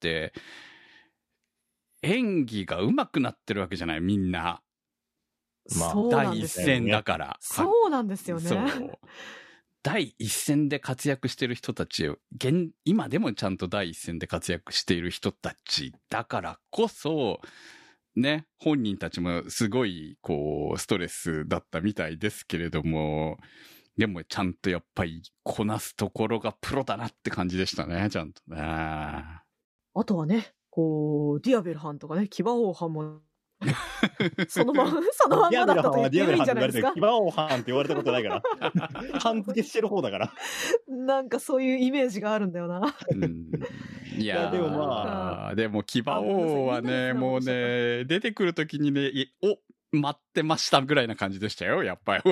演技が上手くなってるわけじゃない、みんな。 まあ、 第一線だから。 そうなんですよね。 そう。第一線で活躍してる人たち、現、今でもちゃんと第一線で活躍している人たちだからこそ、ね、本人たちもすごい、こう、ストレスだったみたいですけれども、でもちゃんとやっぱりこなすところがプロだなって感じでしたね、ちゃんとね。 あとはね、こう、ディアベルハンとかね、騎馬王ハンも、そのまま、そのままだったと言っていいんじゃないですか。 騎馬王ハンって言われたことないから。ハン付けしてる方だから。 なんかそういうイメージがあるんだよな。 うん、いや、 いやでもまあ、でも騎馬王はね、もうね、出てくるときにね、お、待ってましたぐらいな感じでしたよ、やっぱり。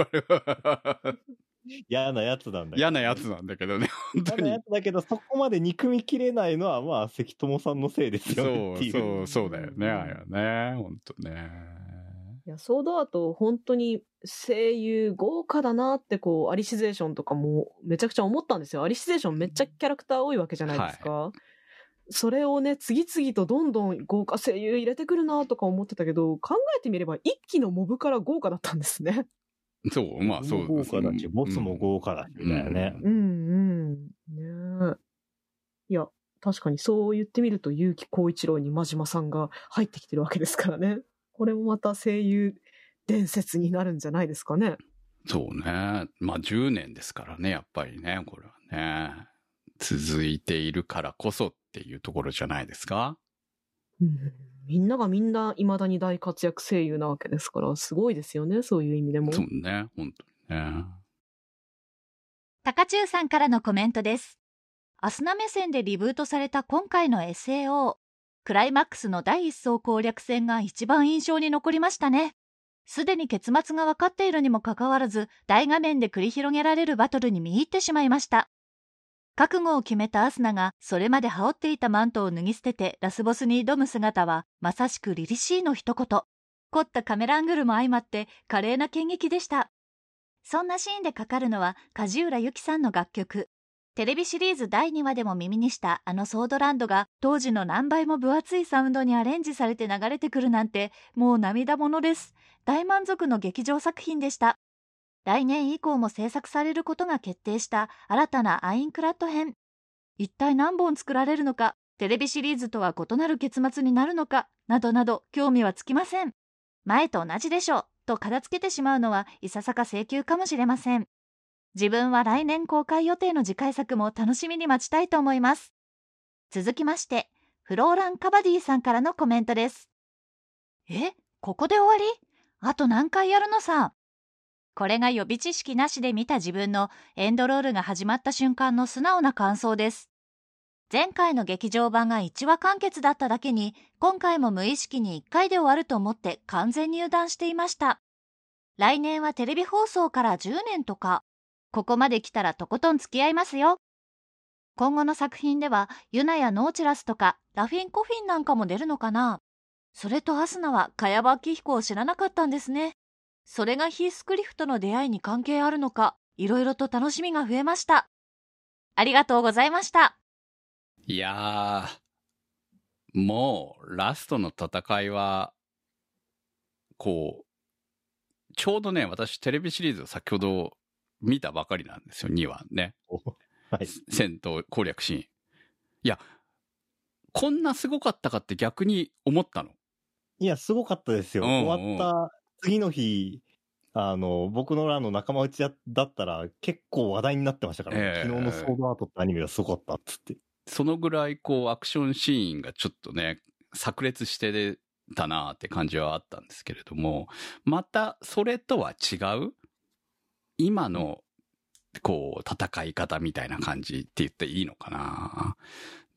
嫌なやつなんだけど、ね。 嫌なやつなんだけどね、本当に。 嫌なやつだけど、そこまで憎みきれないのは、まあ、関友さんのせいですよねっていう。 そう、そう、そうだよね、あれはね、本当ね。 いや、ソードアート、本当に声優豪華だなって、こう、アリシゼーションとかもめちゃくちゃ思ったんですよ。アリシゼーションめっちゃキャラクター多いわけじゃないですか。はい、それをね、次々とどんどん豪華声優入れてくるなとか思ってたけど、考えてみれば一期のモブから豪華だったんですね。 そう、まあそう豪華だし、ボスも豪華だし、みたいなね。 うん、うん、ねえ。いや、確かにそう言ってみると、結城浩一郎に真島さんが入ってきてるわけですからね。これもまた声優伝説になるんじゃないですかね。 そうね。まあじゅうねんですからね、やっぱりね、これはね。続いているからこそっていうところじゃないですか。 うん、みんながみんな未だに大活躍声優なわけですから、すごいですよね、そういう意味でも。 そうね、本当にね。 高中さんからのコメントです。アスナ目線でリブートされた今回の エスエーオー。クライマックスの第一層攻略戦が一番印象に残りましたね。すでに結末が分かっているにもかかわらず、大画面で繰り広げられるバトルに見入ってしまいました。覚悟を決めたアスナがそれまで羽織っていたマントを脱ぎ捨ててラスボスに挑む姿はまさしく凛々しいの一言。凝ったカメラアングルも相まって華麗な剣撃でした。そんなシーンでかかるのは梶浦由記さんの楽曲。テレビシリーズだいにわでも耳にしたあのソードランドが当時の何倍も分厚いサウンドにアレンジされて流れてくるなんてもう涙ものです。大満足の劇場作品でした。来年以降も制作されることが決定した新たなアインクラッド編。一体何本作られるのか、テレビシリーズとは異なる結末になるのか、などなど興味はつきません。前と同じでしょうと片付けてしまうのはいささか請求かもしれません。自分は来年公開予定の次回作も楽しみに待ちたいと思います。続きまして、フローラン・カバディさんからのコメントです。え、ここで終わり？あと何回やるのさ。これが予備知識なしで見た自分のエンドロールが始まった瞬間の素直な感想です。前回の劇場版がいちわ完結だっただけに、今回も無意識にいっかいで終わると思って完全に油断していました。来年はテレビ放送からじゅうねんとか、ここまで来たらとことん付き合いますよ。今後の作品ではユナやノーチラスとかラフィン・コフィンなんかも出るのかな。それとアスナは茅場明彦を知らなかったんですね。それがヒースクリフとの出会いに関係あるのか、いろいろと楽しみが増えました。ありがとうございました。 いやー、もうラストの戦いは、こう、ちょうどね、私テレビシリーズを先ほど見たばかりなんですよ、にわね。 はい。 戦闘攻略シーン。いや、こんなすごかったかって逆に思ったの。 いや、すごかったですよ。 うんうん、 終わった次の日、あの、僕のらの仲間内だったら結構話題になってましたから、ね、えー、昨日のソードアートってアニメがすごかったっつって。 そのぐらいこうアクションシーンがちょっとね、炸裂してたなーって感じはあったんですけれども、またそれとは違う今のこう戦い方みたいな感じって言っていいのかな。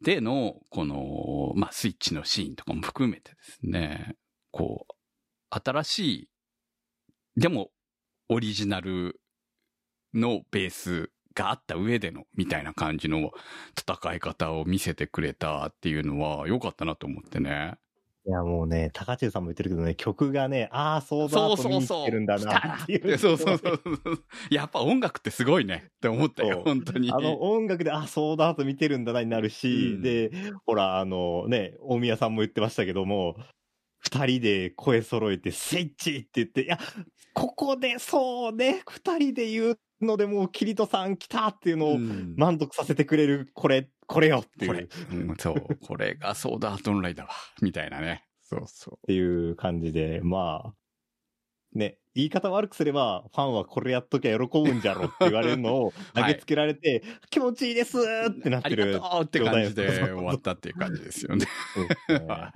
での、この、まあ、スイッチのシーンとかも含めてですね、こう、新しい、でも、オリジナルのベースがあった上での、みたいな感じの戦い方を見せてくれたっていうのは良かったなと思ってね。 いや、もうね、高知さんも言ってるけどね、曲がね、ああ、ソードアート見に来てるんだなっていう。 そうそうそう。やっぱ音楽ってすごいねって思ったよ、本当に。 あの音楽で、あ、ソードアート見てるんだなになるし、うん、で、ほら、あのね、大宮さんも言ってましたけども、二人で声揃えて、スイッチって言って、いや、ここで、そうね、二人で言うのでもう、キリトさん来たっていうのを満足させてくれる、これ、これよっていう。 これ、うん、そう、これがソードアートオンラインだわ、みたいなね。そうそう。 っていう感じで、まあ、ね、言い方悪くすれば、ファンはこれやっときゃ喜ぶんじゃろって言われるのを投げつけられて、はい、気持ちいいですってなってる。 ありがとうって感じで終わったっていう感じですよね。そうですね。はい。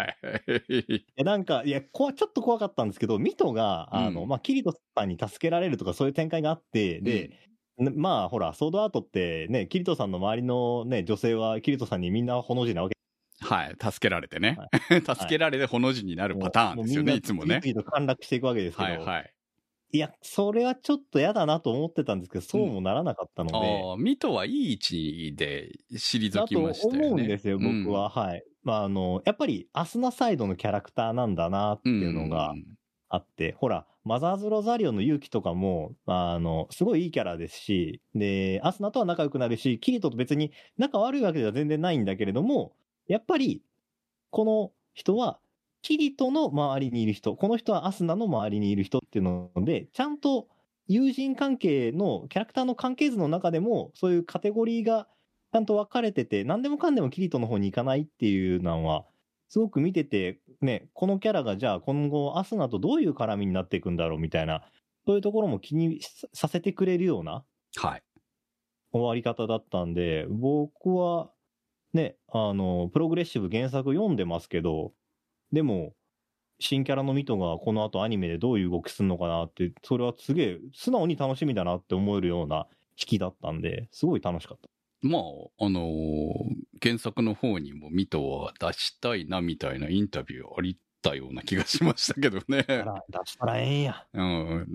いや、なんか、いや、こわ、ちょっと怖かったんですけど、ミトが、あの、うん、まあ、キリトさんに助けられるとかそういう展開があって、で、うん、まあ、ほら、ソードアートってね、キリトさんの周りのね、女性はキリトさんにみんなほの字なわけ。 はい。助けられてね。はい、助けられてほの字になるパターンですよね、いつもね。 次々と陥落していくわけですけど。 はいはい。 いや、それはちょっと嫌だなと思ってたんですけど、そうもならなかったので。うん、 ああ、ミトはいい位置で退きましたよね。 だと思うんですよ、僕は。うん、はい。まあ、あの、やっぱり、アスナサイドのキャラクターなんだなっていうのがあって、うん、ほら、マザーズ・ロザリオの勇気とかも、あの、すごいいいキャラですし、で、アスナとは仲良くなるし、キリトと別に仲悪いわけでは全然ないんだけれども、やっぱり、この人は、キリトの周りにいる人、この人はアスナの周りにいる人っていうので、ちゃんと友人関係のキャラクターの関係図の中でも、そういうカテゴリーがちゃんと分かれてて、何でもかんでもキリトの方に行かないっていうのは、すごく見てて、ね、このキャラがじゃあ今後アスナとどういう絡みになっていくんだろうみたいな、そういうところも気にさせてくれるような、 はい。 終わり方だったんで、僕は、ね、あの、プログレッシブ原作読んでますけど、でも、新キャラのミトがこの後アニメでどういう動きするのかなって、それはすげえ素直に楽しみだなって思えるような引きだったんで、すごい楽しかった。 まあ、あのー、原作の方にもミトは出したいなみたいなインタビューありたような気がしましたけどね。 出したらええんや。 うん。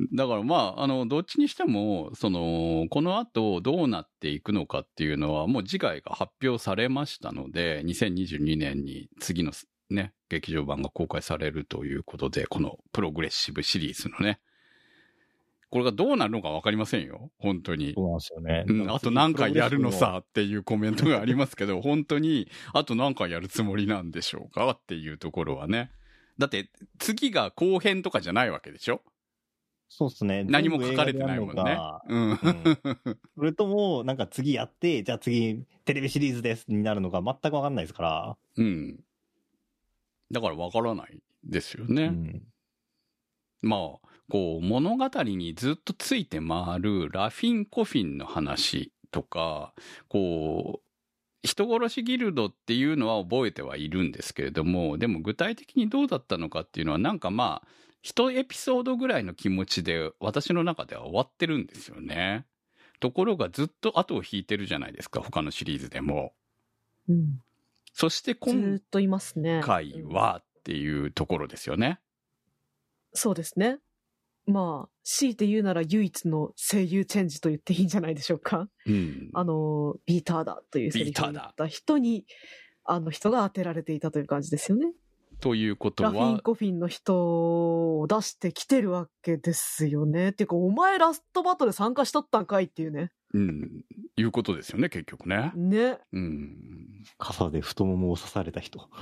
だからまあ、あの、どっちにしても、その、この後どうなっていくのかっていうのはもう次回が発表されましたので、にせんにじゅうにねんに次のね、劇場版が公開されるということで、このプログレッシブシリーズのね、これがどうなるのか分かりませんよ。本当に。 そうなんですよね。 うん、あと何回やるのさっていうコメントがありますけど、本当に、あと何回やるつもりなんでしょうかっていうところはね。だって、次が後編とかじゃないわけでしょ？ そうっすね。 何も書かれてないもんね。うん。うん、 それとも、なんか次やって、じゃあ次、テレビシリーズですになるのか全く分かんないですから。 うん。だから分からないですよね。うん、まあ、こう、物語にずっとついて回るラフィン・コフィンの話とか、こう、人殺しギルドっていうのは覚えてはいるんですけれども、でも具体的にどうだったのかっていうのはなんかまあ、一エピソードぐらいの気持ちで私の中では終わってるんですよね。ところがずっと後を引いてるじゃないですか、他のシリーズでも。 うん。 そして今ずっといますね。 回はっていうところですよね。 そうですね。まあ、強いて言うなら唯一の声優チェンジと言っていいんじゃないでしょうか。 うん、 あの、ビーターだというセリフを言った人に、あの人が当てられていたという感じですよね。 ということは。 ラフィン・コフィンの人を出してきてるわけですよね。っていうか、お前ラストバトル参加しとったんかいっていうね。 うん。いうことですよね、結局ね。 ね。 うん。 傘で太ももを刺された人。 だから、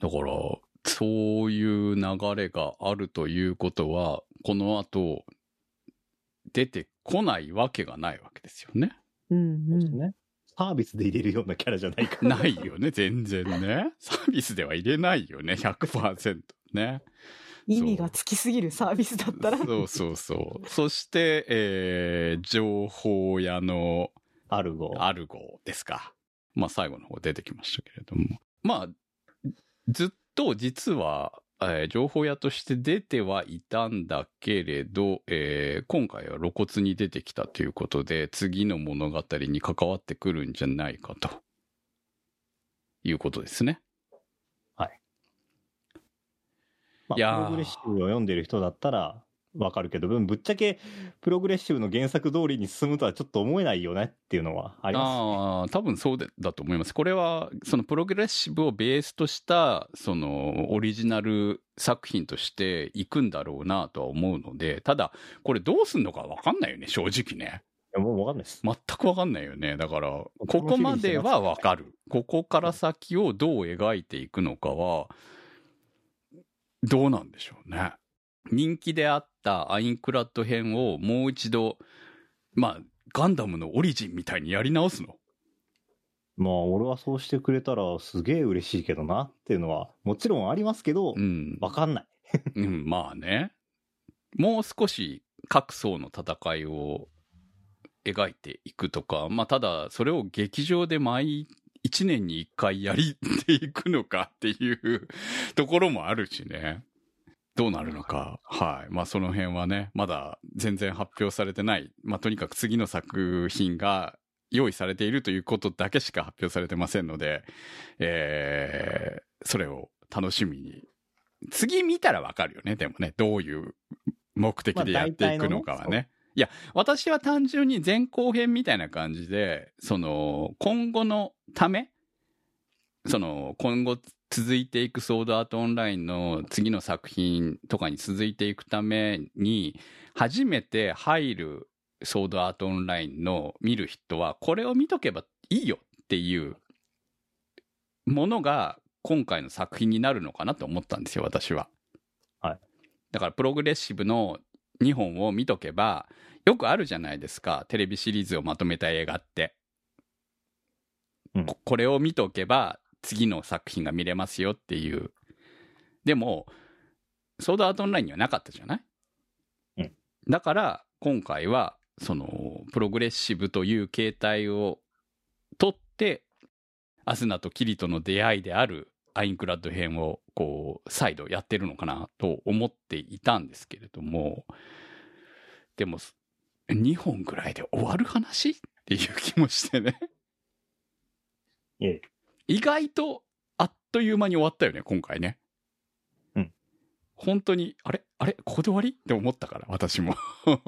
そういう流れがあるということは、この後、出てこないわけがないわけですよね。 うんうん。 ね。サービスで入れるようなキャラじゃないから。 ないよね、全然ね。サービスでは入れないよね、ひゃくパーセント ね。 意味がつきすぎるサービスだったら。 そうそうそう。そして、えー、情報屋のアルゴ。 アルゴですか。まあ最後の方出てきましたけれども。まあ、ずっと実は、えー、情報屋として出てはいたんだけれど、えー、今回は露骨に出てきたということで、次の物語に関わってくるんじゃないかということですね。 まあ、 いやープログレッシブを読んでる人だったらわかるけど、ぶっちゃけプログレッシブの原作通りに進むとはちょっと思えないよねっていうのはありますね。 ああ、多分そうでだと思います。これは、そのプログレッシブをベースとした、そのオリジナル作品としていくんだろうなとは思うので、ただ、これどうすんのかわかんないよね、正直ね。 いやもうわかんないです。 全くわかんないよね。だから、ここまではわかる。ここから先をどう描いていくのかは、どうなんでしょうね。人気であったアインクラッド編をもう一度、まあ、ガンダムのオリジンみたいにやり直すの？ まあ、俺はそうしてくれたらすげえ嬉しいけどなっていうのは、もちろんありますけど、 うん。 わかんない。 うん、まあね。もう少し各層の戦いを描いていくとか、まあただそれを劇場で毎一年に一回やりていくのかっていうところもあるしね。どうなるのか。はい。まあその辺はね、まだ全然発表されてない。まあとにかく次の作品が用意されているということだけしか発表されてませんので、えー、それを楽しみに。次見たらわかるよね。でもね、どういう目的でやっていくのかはね。まあねいや、私は単純に前後編みたいな感じで、その、今後のため、その、今後続いていくソードアートオンラインの次の作品とかに続いていくために、初めて入るソードアートオンラインの見る人は、これを見とけばいいよっていうものが今回の作品になるのかなと思ったんですよ、私は。 はい。 だから、プログレッシブのにほんを見とけば、よくあるじゃないですか。テレビシリーズをまとめた映画って。 うん、 こ, これを見とけば、次の作品が見れますよっていう。でも、ソードアートオンラインにはなかったじゃない、 うん、 だから、今回は、その、プログレッシブという形態を取って、アスナとキリトの出会いであるアインクラッド編を、こう、再度やってるのかなと思っていたんですけれども、でも、にほんぐらいで終わる話っていう気もしてね。 ええ。 意外とあっという間に終わったよね、今回ね。 うん。 本当に、あれあれここで終わりって思ったから、私も。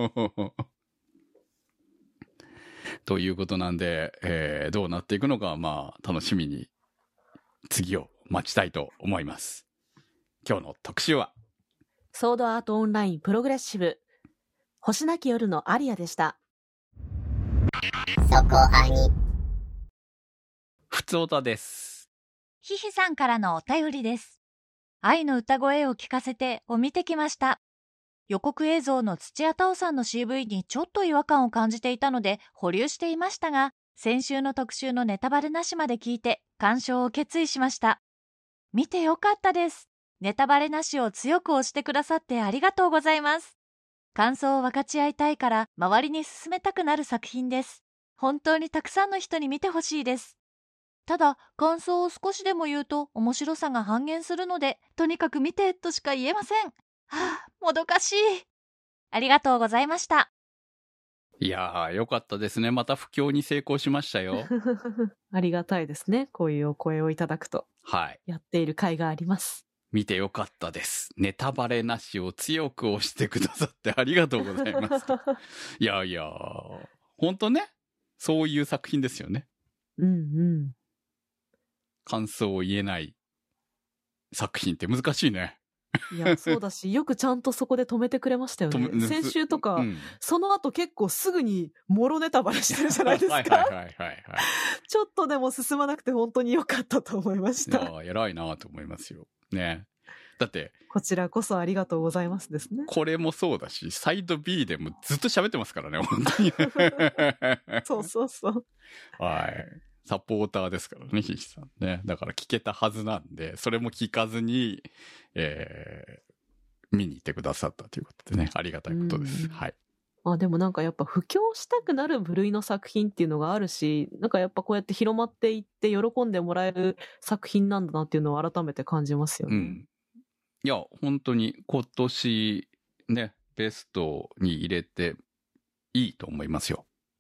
ということなんで、えー、どうなっていくのかは、まあ、楽しみに、次を待ちたいと思います。今日の特集は、 ソードアートオンラインプログレッシブ。星なき夜のアリアでした。 そこアニ。 ふつおたです。 ひひさんからのお便りです。愛の歌声を聞かせてを見てきました。予告映像の土屋太鳳さんの シーブイ にちょっと違和感を感じていたので保留していましたが、先週の特集のネタバレなしまで聞いて鑑賞を決意しました。見てよかったです。ネタバレなしを強く推してくださってありがとうございます。感想を分かち合いたいから周りに勧めたくなる作品です。本当にたくさんの人に見てほしいです。ただ感想を少しでも言うと面白さが半減するので、とにかく見てとしか言えません。はあ、もどかしい。ありがとうございました。 いやー、よかったですね。また布教に成功しましたよ。 ありがたいですね。こういうお声をいただくと。 はい。 やっている甲斐があります。 見てよかったです。ネタバレなしを強く押してくださってありがとうございます。いやいや、本当ね、そういう作品ですよね。 うんうん。 感想を言えない作品って難しいね。 いや、そうだし、よくちゃんとそこで止めてくれましたよね。先週とか、うん、その後結構すぐにもろネタバレしてるじゃないですか。はいはいはいはい、はい。ちょっとでも進まなくて本当に良かったと思いました。 いや、偉いなと思いますよ。ね。だって、 こちらこそありがとうございますですね。 これもそうだし、サイド B でもずっと喋ってますからね、本当に。 そうそうそう。 はい。サポーターですからね、ひひさんね。だから聞けたはずなんで、それも聞かずに、えー、見に行ってくださったということでね、ありがたいことです。はい。 あ、でもなんかやっぱ布教したくなる部類の作品っていうのがあるし、なんかやっぱこうやって広まっていって喜んでもらえる作品なんだなっていうのを改めて感じますよね。うん。 いや、本当に今年ね、ベストに入れていいと思いますよ。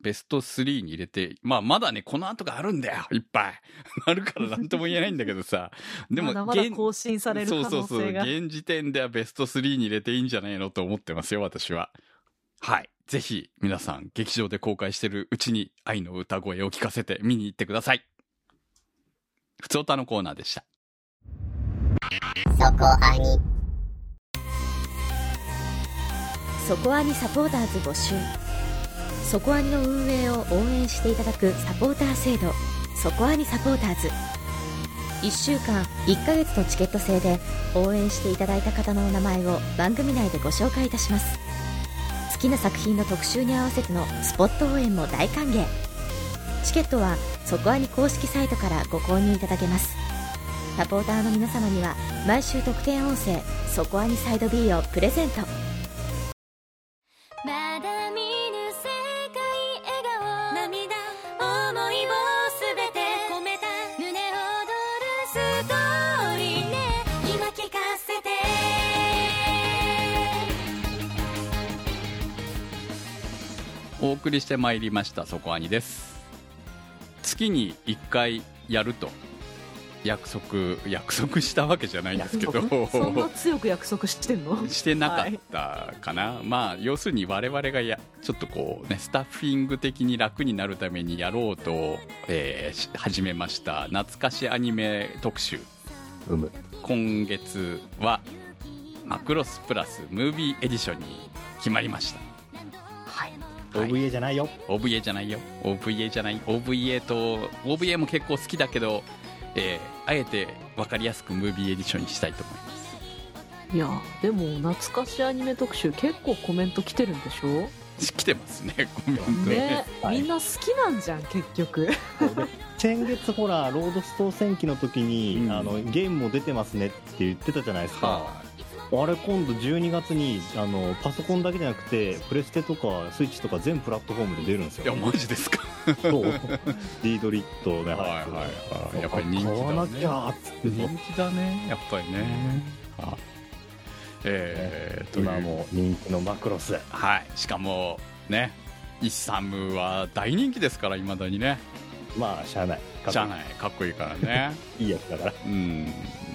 ベストスリーに入れて、まあまだね、この後があるんだよ、いっぱい。あるからなんとも言えないんだけどさ。でも、 まだまだ更新される可能性が。 そうそうそう。現時点ではベストスリーに入れていいんじゃないのと思ってますよ、私は。はい。ぜひ、皆さん、劇場で公開してるうちに愛の歌声を聞かせて見に行ってください。ふつおたのコーナーでした。 そこアニ。 そこアニサポーターズ募集。そこアニの運営を応援していただくサポーター制度、そこアニサポーターズ。いっしゅうかんいっかげつのチケット制で応援していただいた方のお名前を番組内でご紹介いたします。好きな作品の特集に合わせてのスポット応援も大歓迎。チケットはそこアニ公式サイトからご購入いただけます。サポーターの皆様には毎週特典音声そこアニサイド B をプレゼント。 まだ見ぬ世界笑顔涙思いをすべて込めた胸躍るストーリーね今聞かせて。 お送りしてまいりましたそこアニです。月にいっかいやると約束約束したわけじゃないんですけどそんな強く約束してんの？ してなかったかな、はい、まあ要するに我々がやちょっとこうねスタッフィング的に楽になるためにやろうと、えー、始めました懐かしアニメ特集、 うむ今月はマクロスプラスムービーエディションに決まりました。 はい、 オーブイエー じゃないよ。 オーブイエー じゃないよ オーブイエー じゃない オーブイエー と オーブイエー も結構好きだけど、えー、あえて分かりやすくムービーエディションにしたいと思います。 いやでも懐かしアニメ特集結構コメント来てるんでしょ？ 来てますねコメントね、 はい、 みんな好きなんじゃん結局先月ほらロードストー戦記の時に、うん、あのゲームも出てますねって言ってたじゃないですか、はあ、あれ今度じゅうにがつにあのパソコンだけじゃなくてプレステとかスイッチとか全プラットフォームで出るんですよ。 いやマジですかそうリードリットね、はいはいはい、やっぱり人気だね。 買わなきゃっつって人気だねやっぱりね。あえー、 今も人気のマクロス、 はい、しかもねイッサムは大人気ですから未だにね。 まあしゃあないしゃあないかっこいいからねいいやつだからうん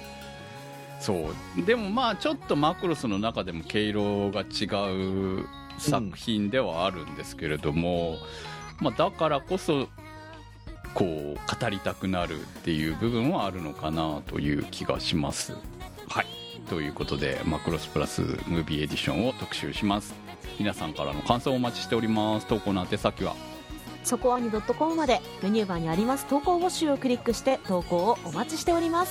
そうでもまあちょっとマクロスの中でも毛色が違う作品ではあるんですけれども、うんまあ、だからこそこう語りたくなるっていう部分はあるのかなという気がします。はいということでマクロスプラスムービーエディションを特集します。皆さんからの感想をお待ちしております。投稿の宛先はそこアニ .com までメニューバーにあります投稿募集をクリックして投稿をお待ちしております。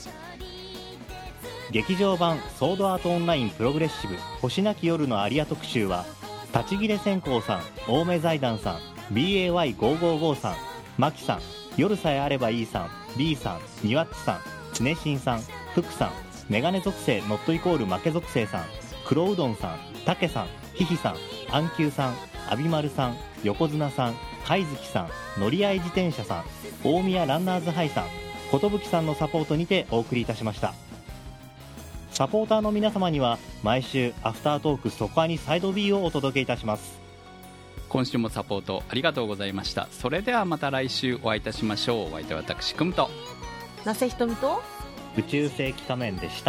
劇場版ソードアートオンラインプログレッシブ星なき夜のアリア特集は立ち切れ線香さん、青梅財団さん、ビーエーワイごーごーごー さん、マキさん、夜さえあればいいさん、B さん、ニワッチさん、つねしんさん、フクさん、メガネ属性ノットイコール負け属性さん、黒うどんさん、タケさん、ヒヒさん、アンキューさん、アビマルさん、横綱さん、カイズキさん、乗り合い自転車さん、大宮ランナーズハイさん、ことぶきさんのサポートにてお送りいたしました。サポーターの皆様には毎週アフタートークそこアニサイド B をお届けいたします。 今週もサポートありがとうございました。それではまた来週お会いいたしましょう。お相手は私くむとなせひとみと宇宙世紀仮面でした。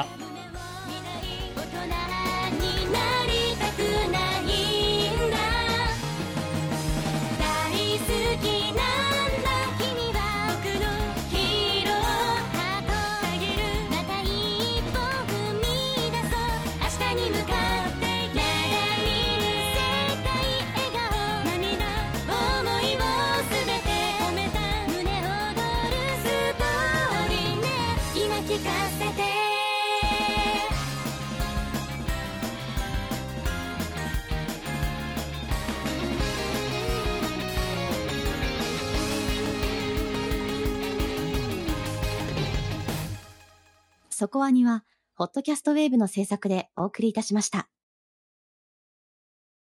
そこアニはホットキャストウェーブの制作でお送りいたしました。